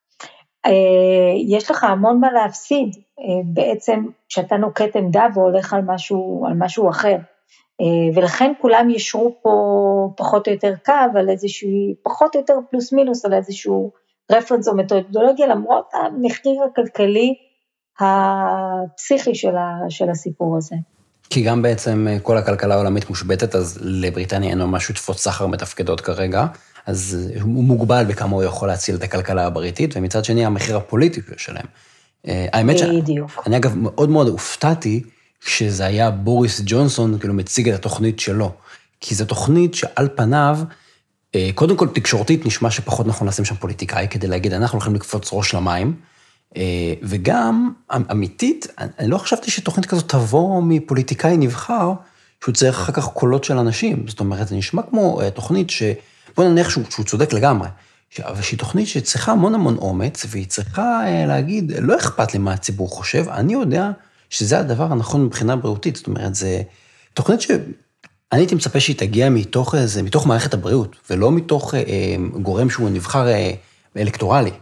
יש לך המון מה להפסיד, בעצם שאתה נוקט עמדה והולך על משהו אחר, ולכן כולם ישרו פה פחות או יותר קו, על איזשהו, פחות או יותר פלוס מינוס, על איזשהו רפרנס או מתודולוגיה, למרות המחיר הכלכלי הפסיכי של הסיפור הזה. כי גם בעצם כל הכלכלה העולמית מושבתת, אז לבריטניה אין ממש שותפות סחר מתפקדות כרגע, אז הוא מוגבל בכמה הוא יכול להציל את הכלכלה הבריטית, ומצד שני המחיר הפוליטי שלהם. האמת שאני אגב מאוד מאוד הופתעתי, שזה היה בוריס ג'ונסון, כאילו מציג את התוכנית שלו, כי זו תוכנית שעל פניו, קודם כל תקשורתית נשמע שפחות נכון לשים שם פוליטיקאי, כדי להגיד אנחנו הולכים לקפוץ ראש למים, וגם אמיתית, אני לא חשבתי שתוכנית כזאת תבוא מפוליטיקאי נבחר, שהוא צריך אחר כך קולות של אנשים, זאת אומרת, זה נשמע כמו תוכנית בוא נניח שהוא צודק לגמרי, אבל שהיא תוכנית שצריכה המון המון אומץ, והיא צריכה להגיד, לא אכפת לי מה הציבור חושב, אני יודע שזה הדבר הנכון מבחינה בריאותית, זאת אומרת, זה תוכנית שאני הייתי מצפה שהיא תגיע מתוך מערכת הבריאות, ולא מתוך גורם שהוא נבחר אלקטורלי.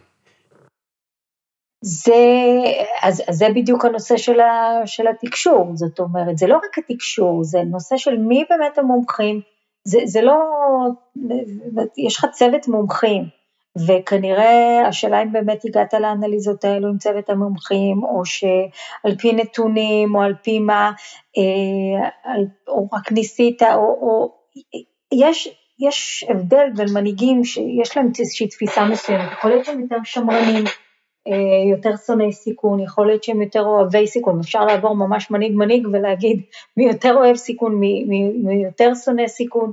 זה בדיוק הנושא של התקשור, זאת אומרת, זה לא רק התקשור, זה נושא של מי באמת המומחים, זה לא, יש לך צוות מומחים, וכנראה השאלה אם באמת הגעת לאנליזות האלו עם צוות המומחים, או שעל פי נתונים, או על פי מה, או רק ניסית, או יש הבדל בין מנהיגים שיש להם איזושהי תפיסה מסוימת, יכול להיות שהם יותר שמרנים, יותר שונאי סיכון, יכול להיות שהם יותר אוהבי סיכון, אפשר לעבור ממש מנהיג ולהגיד מי יותר אוהב סיכון, מי יותר שונא סיכון,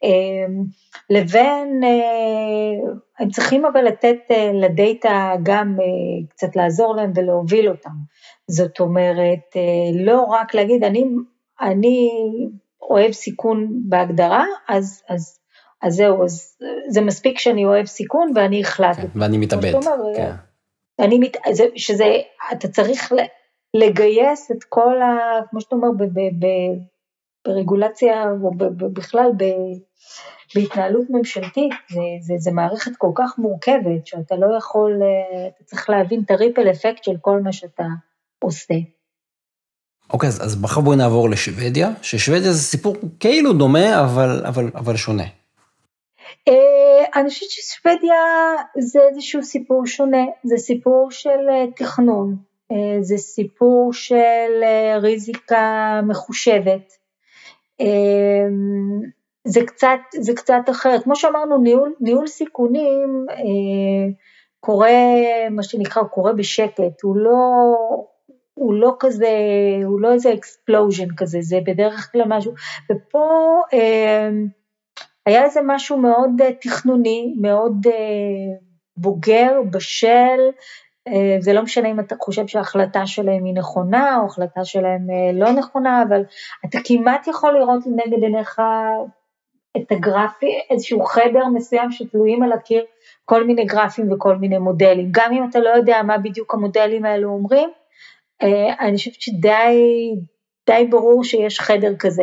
לבין, הם צריכים אבל לתת לדאטה גם קצת לעזור להם ולהוביל אותם, זאת אומרת, לא רק להגיד אני אוהב סיכון בהגדרה, אז זהו, אז זה מספיק שאני אוהב סיכון ואני החלטתי. ואני מתאבד, כן. אתה צריך לגייס את כל כמו שאתה אומר, ברגולציה, או בכלל בהתנהלות ממשלתית, זה מערכת כל כך מורכבת, שאתה לא יכול, אתה צריך להבין את הריפל אפקט של כל מה שאתה עושה. אוקיי, אז בחר בואי נעבור לשוודיה, ששוודיה זה סיפור כאילו דומה, אבל שונה. אני חושבת ששוודיה זה איזשהו סיפור שונה, זה סיפור של תכנון, זה סיפור של ריזיקה מחושבת, זה קצת אחרת, כמו שאמרנו, ניהול סיכונים קורה, מה שנקרא, קורה בשקט, הוא לא כזה, הוא לא איזה אקספלוז'ן כזה, זה בדרך כלל משהו, ופה היה איזה משהו מאוד תכנוני, מאוד בוגר, בשל, זה לא משנה אם אתה חושב שההחלטה שלהם היא נכונה, או החלטה שלהם לא נכונה, אבל אתה כמעט יכול לראות לנגד עיניך את הגרפי, איזשהו חדר מסוים שתלויים על הקיר, כל מיני גרפים וכל מיני מודלים, גם אם אתה לא יודע מה בדיוק המודלים האלו אומרים, אני חושבת שדי ברור שיש חדר כזה,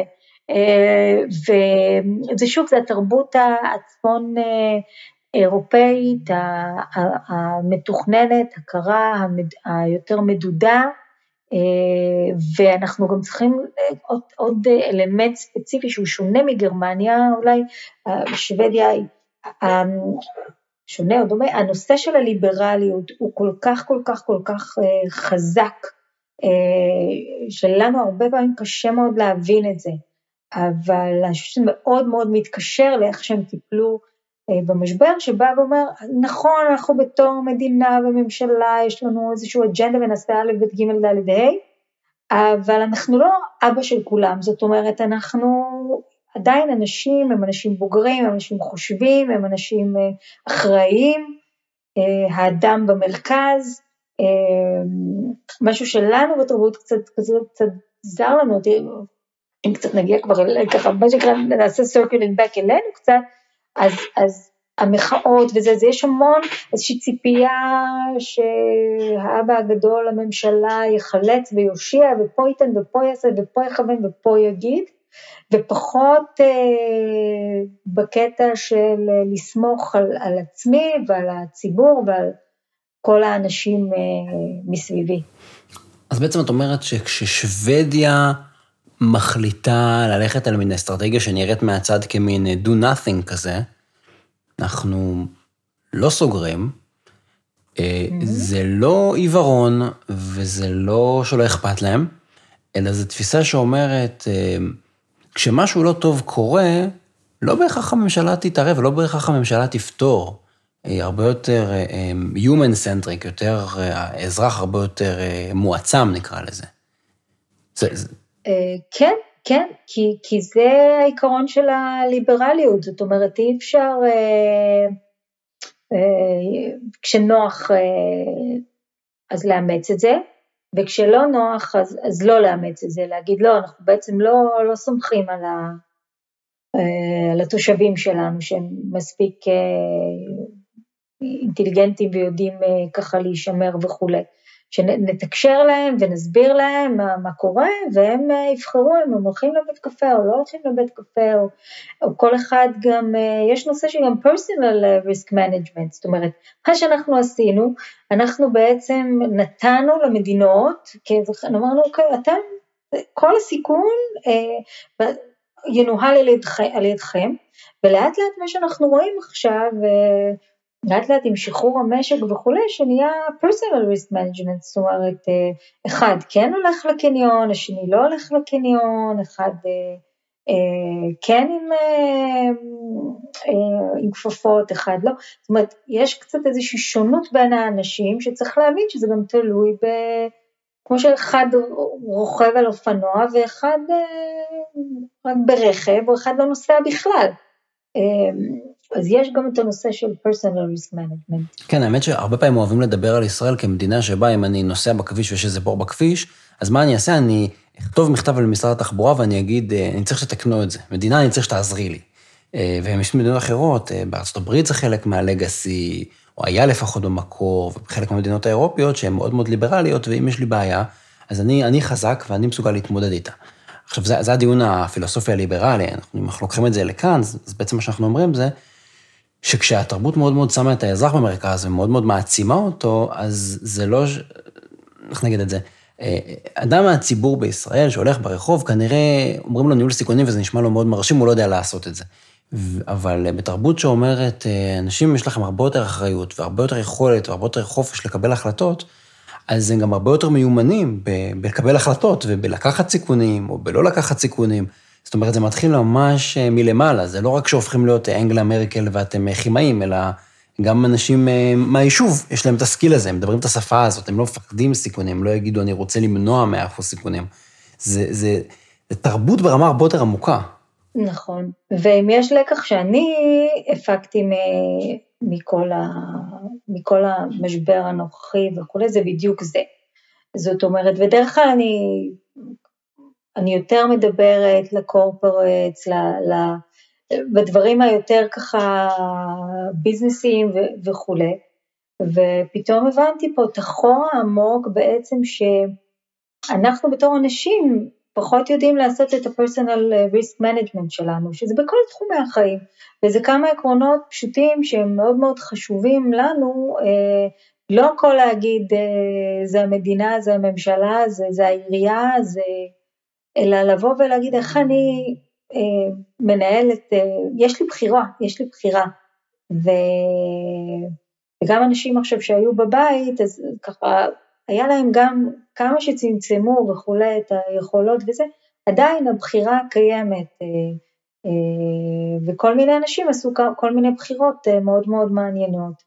וזה שוב, זה התרבות הצפון אירופאית, המתוכננת, הקרה, היותר מדודה, ואנחנו גם צריכים עוד אלמנט ספציפי שהוא שונה מגרמניה, אולי שוודיה שונה או דומה, הנושא של הליברליות הוא כל כך חזק, שלנו הרבה פעמים קשה מאוד להבין את זה, אבל אני חושבת שזה מאוד מאוד מתקשר לאיך שהם טיפלו במשבר, שבא ואומר, נכון, אנחנו בתור מדינה וממשלה, יש לנו איזשהו אג'נדה ונעשה א' ב' ג' ד' ה', אבל אנחנו לא אבא של כולם, זאת אומרת, אנחנו עדיין אנשים, הם אנשים בוגרים, הם אנשים חושבים, הם אנשים אחראיים, האדם במרכז, משהו שלנו בתרבות קצת זר לנו, אם קצת נגיע כבר ככה, מה שנקרא, נעשה circling back אלינו קצת, אז המחאות וזה, יש המון איזושהי ציפייה שהאבא הגדול, הממשלה יחלץ ויושיע, ופה ייתן ופה יעשה ופה יכוון ופה יגיד, ופחות בקטע של לסמוך על עצמי ועל הציבור ועל כל האנשים מסביבי. אז בעצם את אומרת שכששוודיה מחליטה ללכת על מין אסטרטגיה שנראית מהצד כמין do nothing כזה, אנחנו לא סוגרים, זה לא עיוורון וזה לא שלא אכפת להם, אלא זו תפיסה שאומרת, כשמשהו לא טוב קורה, לא בהכרח הממשלה תתערב, ולא בהכרח הממשלה תפתור, הרבה יותר human centric, יותר האזרח הרבה יותר מועצם נקרא לזה. כן, כי זה העיקרון של הליברליות, זאת אומרת, אי אפשר, כשנוח אז לאמץ את זה, וכשלא נוח אז לא לאמץ את זה, להגיד לא, אנחנו בעצם לא סומכים על התושבים שלנו, שהם מספיק אינטליגנטים ויודעים ככה להישמר וכו'. שנתקשר להם ונסביר להם מה קורה, והם יבחרו אם הם הולכים לבית קפה או לא הולכים לבית קפה, או כל אחד גם, יש נושא שגם personal risk management, זאת אומרת, מה שאנחנו עשינו, אנחנו בעצם נתנו למדינות, אמרנו, אוקיי, אתם, כל הסיכון ינוהל על ידכם, ולאט לאט מה שאנחנו רואים עכשיו, לאט לאט עם שחרור המשק וכולי, שנהיה personal risk management, זאת אומרת, אחד כן הולך לקניון, השני לא הולך לקניון, אחד כן עם כפפות, אחד לא, זאת אומרת, יש קצת איזושהי שונות בין האנשים, שצריך להבין שזה גם תלוי כמו שאחד רוכב על אופנוע, ואחד רק ברכב, או אחד לא נוסע בכלל. אז יש גם את הנושא של personal risk management. כן, האמת שהרבה פעמים אוהבים לדבר על ישראל כמדינה שבה אם אני נוסע בכביש ויש איזה בור בכביש, אז מה אני אעשה? אני אכתוב מכתב על משרד התחבורה ואני אגיד, אני צריך שתקנו את זה. מדינה, אני צריך שתעזרי לי. ויש מדינות אחרות, בארצות הברית זה חלק מהלגאסי, או היה לפחות במקור, ובחלק מהמדינות האירופיות שהן מאוד מאוד ליברליות, ואם יש לי בעיה, אז אני חזק ואני מסוגל להתמודד איתה. עכשיו, זה הדיון הפילוסופי הליברלי, אנחנו לוקחים את זה לכאן, אז בעצם מה שאנחנו אומרים זה, שכשהתרבות מאוד מאוד שמה את האזרח במרכז, ומאוד מאוד מעצימה אותו, אז זה לא, איך נגיד את זה, אדם מהציבור בישראל שהולך ברחוב, כנראה אומרים לו ניהול סיכונים, וזה נשמע לו מאוד מרשים, הוא לא יודע לעשות את זה. אבל בתרבות שאומרת, אנשים יש לכם הרבה יותר אחריות, והרבה יותר יכולת, והרבה יותר חופש לקבל החלטות, אז הם גם הרבה יותר מיומנים בלקבל החלטות, ובלקחת סיכונים, או בלא לקחת סיכונים. זאת אומרת, זה מתחיל ממש מלמעלה, זה לא רק שהופכים להיות אנגלה מרקל ואתם כימאים, אלא גם אנשים מהיישוב, יש להם את הסקיל הזה, הם מדברים את השפה הזאת, הם לא מפחדים סיכונים, הם לא יגידו, אני רוצה למנוע 100% סיכונים. זה תרבות ברמה הרבה יותר עמוקה. נכון, ואם יש לקח שאני הפקתי מכל המשבר הנוכחי וכו', זה בדיוק זה. זאת אומרת, ודרך כלל אני יותר מדברת לקורפורטס, בדברים היותר ככה ביזנסיים וכו', ופתאום הבנתי פה את החור העמוק בעצם שאנחנו בתור אנשים פחות יודעים לעשות את ה-personal risk management שלנו, שזה בכל תחומי החיים, וזה כמה עקרונות פשוטים שהם מאוד מאוד חשובים לנו, לא הכל להגיד זה המדינה, זה הממשלה, זה העירייה, אלא לבוא ולהגיד איך אני מנהלת, יש לי בחירה, וגם אנשים עכשיו שהיו בבית, אז ככה היה להם גם כמה שצמצמו וכולי את היכולות וזה, עדיין הבחירה קיימת, וכל מיני אנשים עשו כל מיני בחירות מאוד מאוד מעניינות,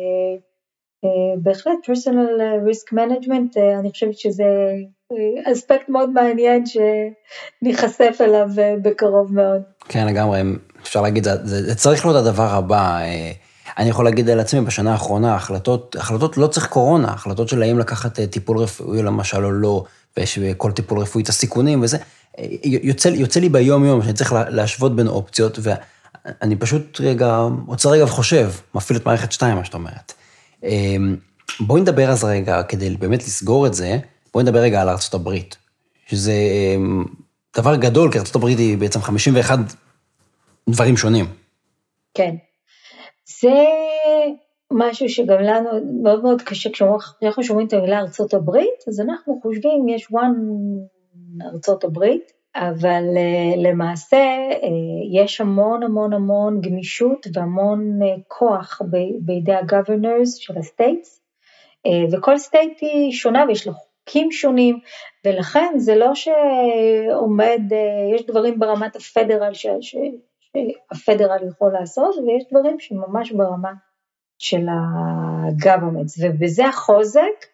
ובהחלט personal risk management, אני חושבת שזה אספקט מאוד מעניין שנחשף אליו בקרוב מאוד. כן, לגמרי, אפשר להגיד, זה צריך להיות הדבר הבא. אני יכול להגיד על עצמי, בשנה האחרונה, החלטות לא צריך קורונה, החלטות של האם לקחת טיפול רפואי למשל או לא, ויש כל טיפול רפואי את הסיכונים וזה, יוצא לי ביום יום שאני צריך להשוות בין אופציות, ואני פשוט עוצר רגע וחושב, מפעיל את מערכת 2, מה שאת אומרת. בואי נדבר אז רגע, כדי באמת לסגור את זה, בואי נדבר רגע על ארצות הברית, שזה דבר גדול, כי ארצות הברית היא בעצם 51 דברים שונים. כן. זה משהו שגם לנו מאוד מאוד קשה, כשאנחנו שומעים את המילה ארצות הברית, אז אנחנו חושבים, יש ארצות הברית, אבל למעשה יש המון המון המון גמישות והמון כוח בידי הגוברנרס של הסטייטס, וכל סטייט היא שונה ויש לה חוקים שונים, ולכן זה לא שעומד, יש דברים ברמת הפדרל שהפדרל יכול לעשות, ויש דברים שממש ברמה של הגוברנמנט, ובזה החוזק,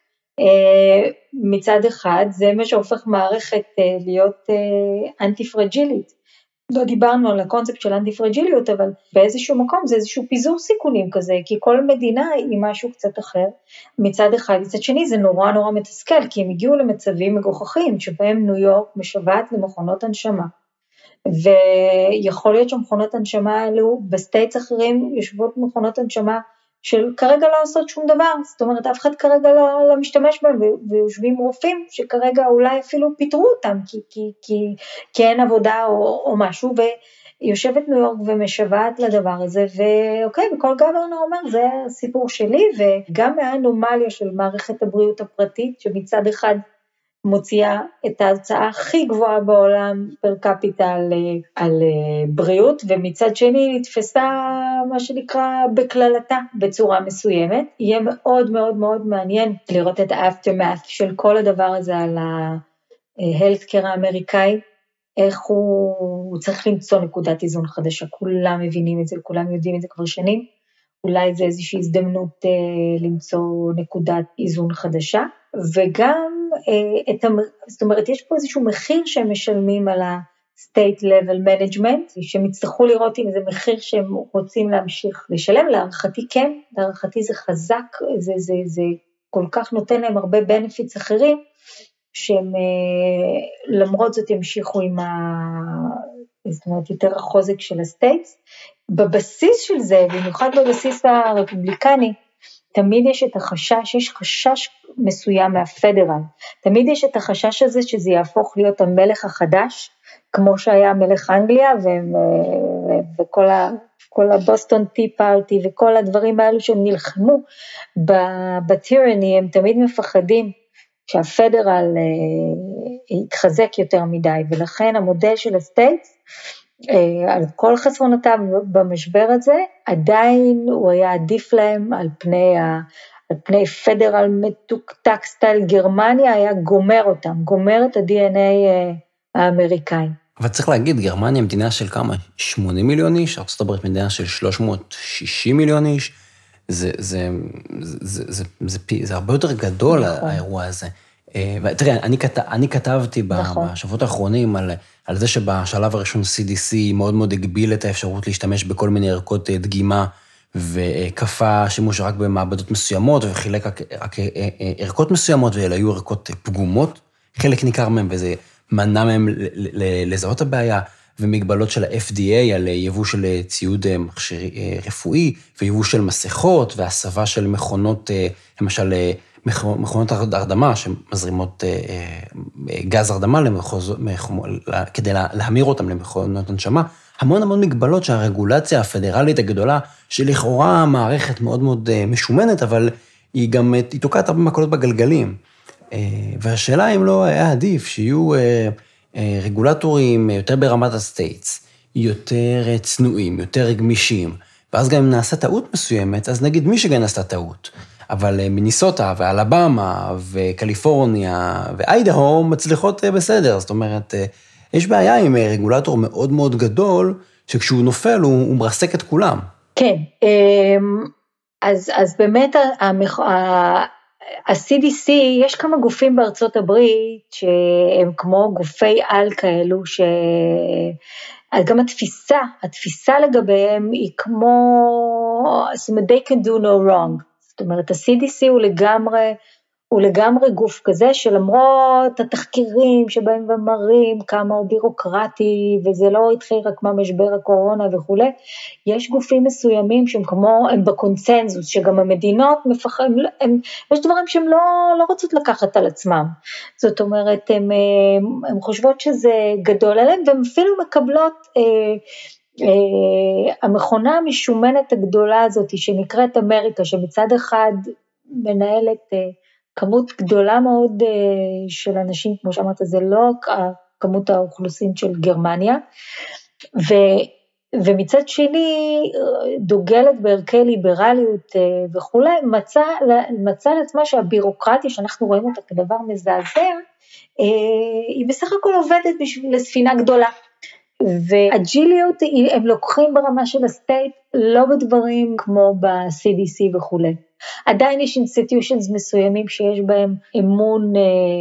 מצד אחד, זה מה שהופך מערכת להיות אנטי פרג'ילית. לא דיברנו על הקונספט של אנטי פרג'יליות, אבל באיזשהו מקום זה איזשהו פיזור סיכונים כזה, כי כל מדינה היא משהו קצת אחר. מצד אחד, מצד שני זה נורא נורא מתסכל, כי הם הגיעו למצבים מגוחכים, שבהם ניו יורק משוועת למכונות הנשמה. ויכול להיות שמכונות הנשמה האלו, בסטייטס אחרים יושבות מכונות הנשמה, של כרגע לא עושות שום דבר, זאת אומרת, אף אחד כרגע לא משתמש בהם, ויושבים רופאים שכרגע אולי אפילו פיתרו אותם, כי אין עבודה או משהו, ויושבת ניו יורק ומשוועת לדבר הזה, ואוקיי, וכל גוברנר אומר, זה הסיפור שלי, וגם מהאנומליה של מערכת הבריאות הפרטית, שמצד אחד מוציאה את ההוצאה הכי גבוהה בעולם פר קפיטה על בריאות, ומצד שני נתפסה מה שנקרא בכללתה בצורה מסוימת. יהיה מאוד מאוד מאוד מעניין לראות את האפטרמאת' של כל הדבר הזה על ההלסקר האמריקאי, איך הוא צריך למצוא נקודת איזון חדשה, כולם מבינים את זה, כולם יודעים את זה כבר שנים, אולי זה איזושהי הזדמנות למצוא נקודת איזון חדשה, וגם, זאת אומרת, יש פה איזשהו מחיר שהם משלמים על ה-state level management, שהם יצטרכו לראות אם זה מחיר שהם רוצים להמשיך לשלם, להערכתי כן, להערכתי זה חזק, זה כל כך נותן להם הרבה benefits אחרים, שהם למרות זאת ימשיכו עם זאת אומרת, יותר החוזק של הסטייטס. בבסיס של זה, במיוחד בבסיס הרפובליקני, תמיד יש את החשש, יש חשש מסוים מהפדרל, תמיד יש את החשש הזה שזה יהפוך להיות המלך החדש, כמו שהיה מלך אנגליה, וכל הבוסטון טי פארטי, וכל הדברים האלו שהם נלחמו בטירני, הם תמיד מפחדים שהפדרל התחזק יותר מדי, ולכן המודל של הסטייטס, על כל חסרונותיו במשבר הזה, עדיין הוא היה עדיף להם על פני פדרל מתוקתק סטייל גרמניה, היה גומר אותם, גומר את ה-DNA האמריקאי. אבל צריך להגיד, גרמניה מדינה של כמה? 80 מיליון איש, ארצות הברית מדינה של 360 מיליון איש, זה הרבה יותר גדול, האירוע הזה. ותראה, אני כתבתי בשבועות האחרונים על זה שבשלב הראשון CDC מאוד מאוד הגביל את האפשרות להשתמש בכל מיני ערכות דגימה, וכפה שימוש רק במעבדות מסוימות, וחילק רק ערכות מסוימות, ואלה היו ערכות פגומות, חלק ניכר מהם, וזה מנע מהם לזהות הבעיה, ומגבלות של ה-FDA על יבוא של ציוד רפואי, ויבוא של מסכות, והסבה של מכונות, למשל, מכונות הרדמה, שמזרימות גז הרדמה כדי להמיר אותם למכונות הנשמה, המון מגבלות שהרגולציה הפדרלית הגדולה, שלכאורה מערכת מאוד מאוד משומנת, אבל היא גם תוקעת הרבה מקולות בגלגלים. והשאלה אם לא היה עדיף שיהיו רגולטורים יותר ברמת הסטייטס, יותר צנועים, יותר גמישים, ואז גם אם נעשה טעות מסוימת, אז נגיד מישיגן עשתה טעות. אבל מיניסוטה ואלבמה וקליפורניה ואיידהו מצליחות בסדר, זאת אומרת, יש בעיה עם רגולטור מאוד מאוד גדול, שכשהוא נופל הוא מרסק את כולם. כן, אז באמת ה-CDC, יש כמה גופים בארצות הברית, שהם כמו גופי על כאלו, גם התפיסה לגביהם היא כמו, זאת אומרת, they can do no wrong, זאת אומרת, ה-CDC הוא לגמרי גוף כזה, שלמרות התחקירים שבהם ומראים כמה הוא בירוקרטי, וזה לא התחיל רק מהמשבר הקורונה וכו', יש גופים מסוימים שהם כמו, הם בקונצנזוס, שגם המדינות יש דברים שהם לא רוצות לקחת על עצמם, זאת אומרת, הם חושבות שזה גדול עליהם, והם אפילו מקבלות, המכונה המשומנת הגדולה הזאת, שנקראת אמריקה, שמצד אחד מנהלת כמות גדולה מאוד של אנשים, כמו שאמרת, זה לא כמות האוכלוסין של גרמניה, ומצד שני דוגלת בערכי ליברליות וכו', מצא לעצמה שהבירוקרטיה שאנחנו רואים אותה כדבר מזעזע, היא בסך הכל עובדת לספינה גדולה, והג'יליות הם לוקחים ברמה של הסטייט, לא בדברים כמו ב-CDC וכו'. עדיין יש אינסטיטיושנס מסוימים שיש בהם אמון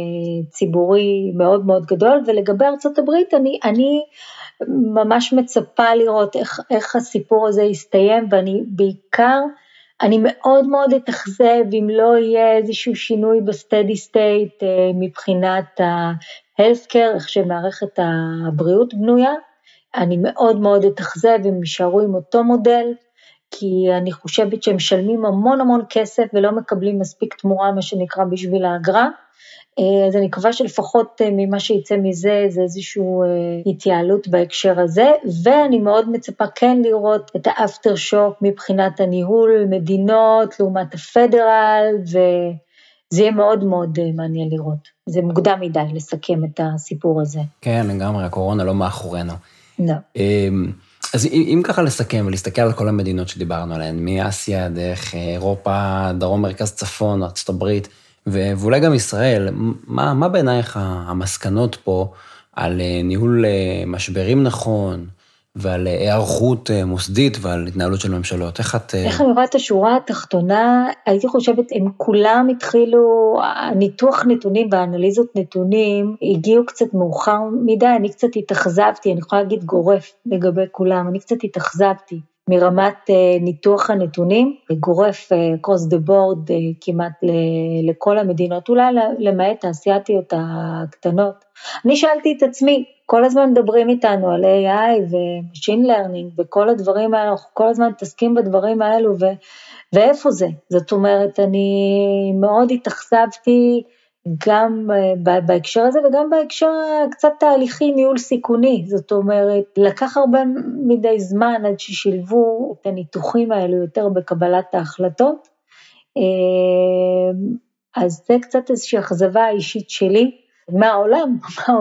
ציבורי מאוד מאוד גדול, ולגבי ארצות הברית אני ממש מצפה לראות איך הסיפור הזה יסתיים, ואני בעיקר, אני מאוד מאוד אתאכזב אם לא יהיה איזשהו שינוי בסטדי סטייט מבחינת ה-healthcare, איך שמערכת הבריאות בנויה, אני מאוד מאוד אתאכזב אם יישארו עם אותו מודל, כי אני חושבת שהם משלמים המון כסף, ולא מקבלים מספיק תמורה, מה שנקרא בשביל האגרה, אז אני מקווה שלפחות ממה שיצא מזה, זה איזושהי התייעלות בהקשר הזה, ואני מאוד מצפה כן לראות את האפטר שוק, מבחינת הניהול מדינות, לעומת הפדרל, וזה יהיה מאוד מאוד מעניין לראות, זה מוקדם מדי לסכם את הסיפור הזה. כן, לגמרי, הקורונה לא מאחורינו. לא. אז אם ככה לסכם ולהסתכל על כל המדינות שדיברנו עליהן, מאסיה, דרך אירופה, דרום, מרכז, צפון, ארצות הברית, ואולי גם ישראל, מה בעינייך המסקנות פה על ניהול משברים נכון, ועל היערכות מוסדית ועל התנהלות של ממשלות? איך אני רואה את השורה התחתונה? הייתי חושבת, הם כולם התחילו, ניתוח נתונים והאנליזות נתונים, הגיעו קצת מאוחר מדי, אני קצת התאכזבתי, אני יכולה להגיד גורף לגבי כולם, אני קצת התאכזבתי מרמת ניתוח הנתונים, גורף across the board כמעט לכל המדינות, אולי למעט האסייתיות הקטנות. אני שאלתי את עצמי, כל הזמן מדברים איתנו על AI ו-machine learning וכל הדברים האלה, אנחנו כל הזמן מתעסקים בדברים האלו, ואיפה זה? זאת אומרת, אני מאוד התאכזבתי גם בהקשר הזה, וגם בהקשר קצת תהליכי ניהול סיכוני, זאת אומרת, לקח הרבה מדי זמן עד ששילבו את הניתוחים האלו יותר בקבלת ההחלטות, אז זה קצת איזושהי אכזבה האישית שלי, מהעולם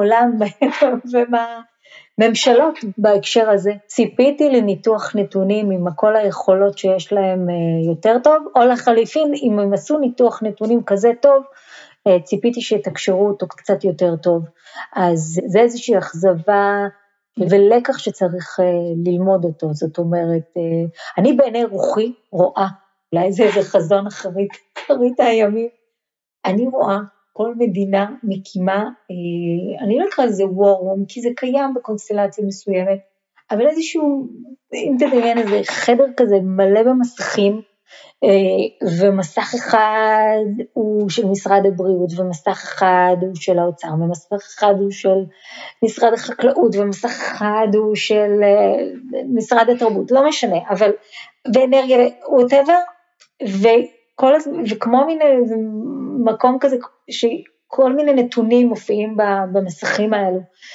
ומהממשלות בהקשר הזה. ציפיתי לניתוח נתונים עם כל היכולות שיש להם יותר טוב, או לחליפין, אם הם עשו ניתוח נתונים כזה טוב, ציפיתי שתקשרו אותו קצת יותר טוב. אז זה איזושהי אכזבה ולקח שצריך ללמוד אותו. זאת אומרת, אני בעיני רוחי רואה, אולי זה איזה חזון אחרית הימים, אני רואה כל מדינה מקימה, אני לא אקרא לזה war room, כי זה קיים בקונסטלציה מסוימת, אבל איזשהו, אם תדמיין איזה חדר כזה מלא במסכים, ומסך אחד הוא של משרד הבריאות, ומסך אחד הוא של האוצר, ומסך אחד הוא של משרד החקלאות, ומסך אחד הוא של משרד התרבות, לא משנה, אבל באנרגיה, whatever, וכמו מיני מקום כזה, שכל מיני נתונים מופיעים במסכים האלו,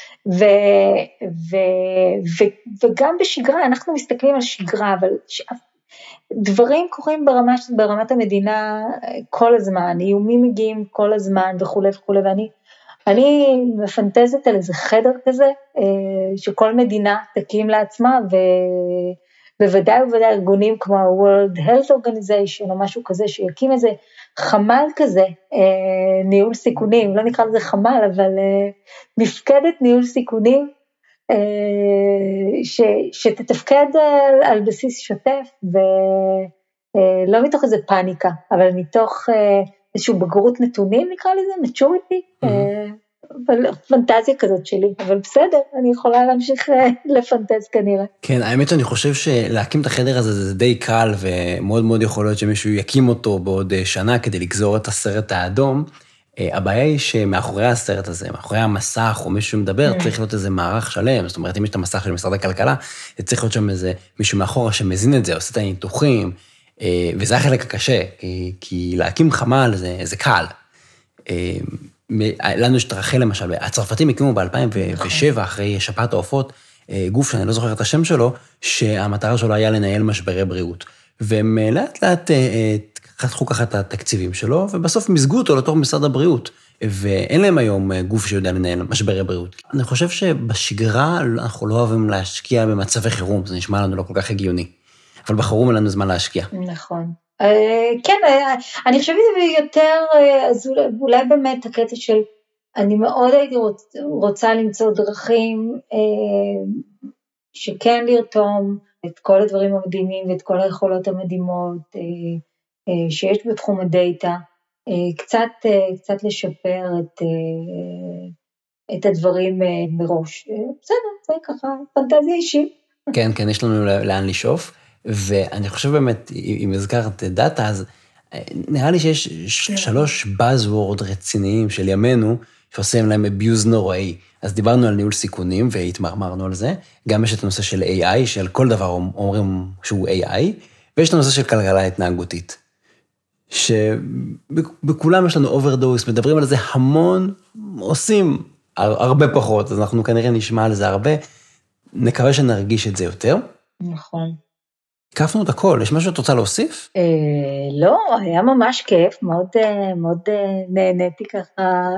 וגם בשגרה, אנחנו מסתכלים על שגרה, אבל דברים קורים ברמת המדינה כל הזמן, איומים מגיעים כל הזמן וכו' וכו', ואני מפנטזת על איזה חדר כזה, שכל מדינה תקים לעצמה, ובוודאי ארגונים כמו ה-World Health Organization, או משהו כזה, שיקים איזה חמ"ל כזה, ניהול סיכונים, לא נקרא לזה חמ"ל, אבל מפקדת ניהול סיכונים, שתתפקד על בסיס שוטף, ולא מתוך איזה פאניקה, אבל מתוך איזושהי בגרות נתונים, נקרא לזה, maturity, אבל פנטזיה כזאת שלי, אבל בסדר, אני יכולה להמשיך לפנטז כנראה. כן, האמת שאני חושב שלהקים את החדר הזה זה די קל, ומאוד מאוד יכול להיות שמישהו יקים אותו בעוד שנה, כדי לגזור את הסרט האדום. הבעיה היא שמאחורי הסרט הזה, מאחורי המסך, או מישהו מדבר, צריך להיות איזה מערך שלם, זאת אומרת, אם יש את המסך של משרד הכלכלה, צריך להיות שם איזה מישהו מאחורה שמזין את זה, עושה את הניתוחים, וזה החלק הקשה, כי להקים חמ"ל זה קל. לנו יש את רחל למשל, הצרפתים הקימו ב-2007, אחרי שפעת העופות, גוף שאני לא זוכר את השם שלו, שהמטרה שלו היה לנהל משברי בריאות, והם לאט לאט חתכו ככה את התקציבים שלו, ובסוף מזגו אותו לתוך משרד הבריאות, ואין להם היום גוף שיודע לנהל משברי בריאות. אני חושב שבשגרה אנחנו לא אוהבים להשקיע במצבי חירום, זה נשמע לנו לא כל כך הגיוני, אבל בחירום אין לנו זמן להשקיע. נכון. כן, אני חושבת יותר, אז אולי באמת הקטע של, אני מאוד הייתי רוצה למצוא דרכים שכן לרתום את כל הדברים המדהימים ואת כל היכולות המדהימות שיש בתחום הדאטה, קצת לשפר את הדברים מראש. בסדר, זה ככה, פנטזיה אישית. כן, כן, יש לנו לאן לשאוף. ואני חושב באמת, אם הזכרת דאטה, אז נראה לי שיש 3 buzzword רציניים של ימינו, שעושים להם abuse נוראי. אז דיברנו על ניהול סיכונים, והתמרמרנו על זה. גם יש את הנושא של AI, של כל דבר אומרים שהוא AI, ויש את הנושא של כלכלה התנהגותית. שבכולם יש לנו overdose, מדברים על זה המון, עושים הרבה פחות, אז אנחנו כנראה נשמע על זה הרבה, נקווה שנרגיש את זה יותר. נכון. הקפנו את הכל, יש משהו שאת רוצה להוסיף? לא, היה ממש כיף, מאוד נהניתי ככה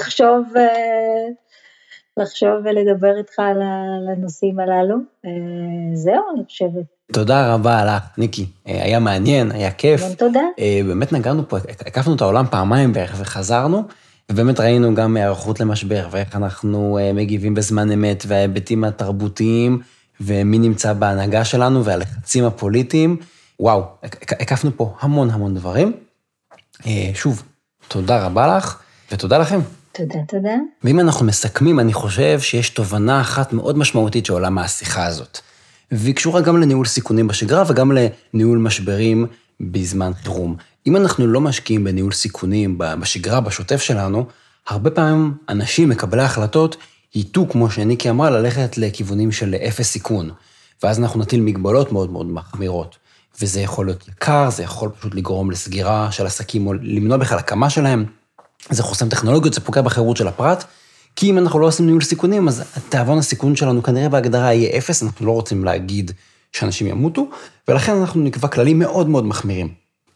לחשוב ולדבר איתך על הנושאים הללו, זהו אני חושבת. תודה רבה לך, ניקי, היה מעניין, היה כיף. תודה. באמת נגענו פה, הקפנו את העולם פעמיים בערך וחזרנו, ובאמת ראינו גם הערכות למשבר, ואיך אנחנו מגיבים בזמן אמת, וההיבטים התרבותיים, ומי נמצא בהנהגה שלנו, והלחצים הפוליטיים. וואו, הקפנו פה המון דברים. שוב, תודה רבה לך, ותודה לכם. תודה. ואם אנחנו מסכמים, אני חושב שיש תובנה אחת מאוד משמעותית שעולה מהשיחה הזאת. והיא קשורה גם לניהול סיכונים בשגרה, וגם לניהול משברים בזמן חירום. אם אנחנו לא משקיעים בניהול סיכונים בשגרה, בשוטף שלנו, הרבה פעמים אנשים מקבלי החלטות, ייתו, כמו שניקי אמרה, ללכת לכיוונים של אפס סיכון, ואז אנחנו נטיל מגבלות מאוד מחמירות, וזה יכול להיות יקר, זה יכול פשוט לגרום לסגירה של עסקים, או למנוע בכלל הקמה שלהם, זה חוסם טכנולוגיות, זה פוגע בחירות של הפרט, כי אם אנחנו לא עושים ניהול סיכונים, אז תיאבון הסיכון שלנו כנראה בהגדרה יהיה אפס, אנחנו לא רוצים להגיד שאנשים ימותו, ולכן אנחנו נקבע כללים מאוד מחמירים.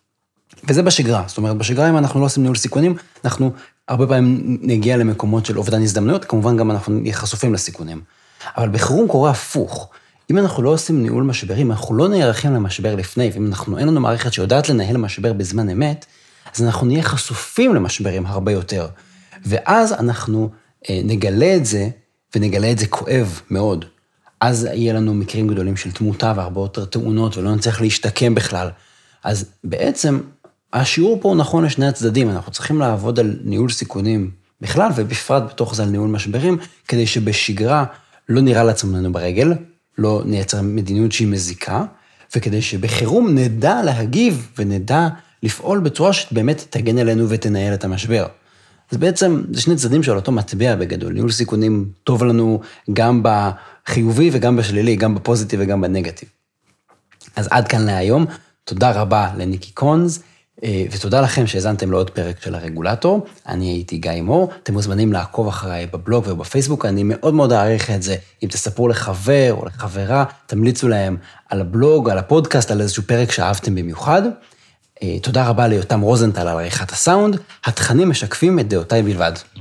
וזה בשגרה, זאת אומרת, בשגרה אם אנחנו לא עושים ניהול סיכונים, אנחנו הרבה פעמים נגיע למקומות של אובדן הזדמנויות, כמובן גם אנחנו נהיה חשופים לסיכונים. אבל בחירום קורה הפוך. אם אנחנו לא עושים ניהול משברים, אנחנו לא נערכים למשבר לפני, ואם אין לנו מערכת שיודעת לנהל משבר בזמן אמת, אז אנחנו נהיה חשופים למשברים הרבה יותר. ואז אנחנו נגלה את זה, ונגלה את זה כואב מאוד. אז יהיה לנו מקרים גדולים של תמותה והרבה יותר תאונות, ולא נצטרך להשתקם בכלל. אז בעצם השיעור פה הוא נכון לשני הצדדים, אנחנו צריכים לעבוד על ניהול סיכונים בכלל, ובפרט בתוך זה על ניהול משברים, כדי שבשגרה לא נראה לעצמנו ברגל, לא נייצר מדיניות שהיא מזיקה, וכדי שבחירום נדע להגיב ונדע לפעול בצורה שבאמת תגן עלינו ותנהל את המשבר. אז בעצם זה שני צדדים של אותו מטבע בגדול, ניהול סיכונים טוב לנו גם בחיובי וגם בשלילי, גם בפוזיטיב וגם בנגטיב. אז עד כאן להיום, תודה רבה לניקי קונז, ותודה לכם שהזנתם לעוד פרק של הרגולטור, אני הייתי גיא מור, אתם מוזמנים לעקוב אחריי בבלוג ובפייסבוק, אני מאוד מאוד אעריך את זה, אם תספרו לחבר או לחברה, תמליצו להם על הבלוג, על הפודקאסט, על איזשהו פרק שאהבתם במיוחד, תודה רבה ליותם רוזנטל על עריכת הסאונד, התכנים משקפים את דעותיי בלבד.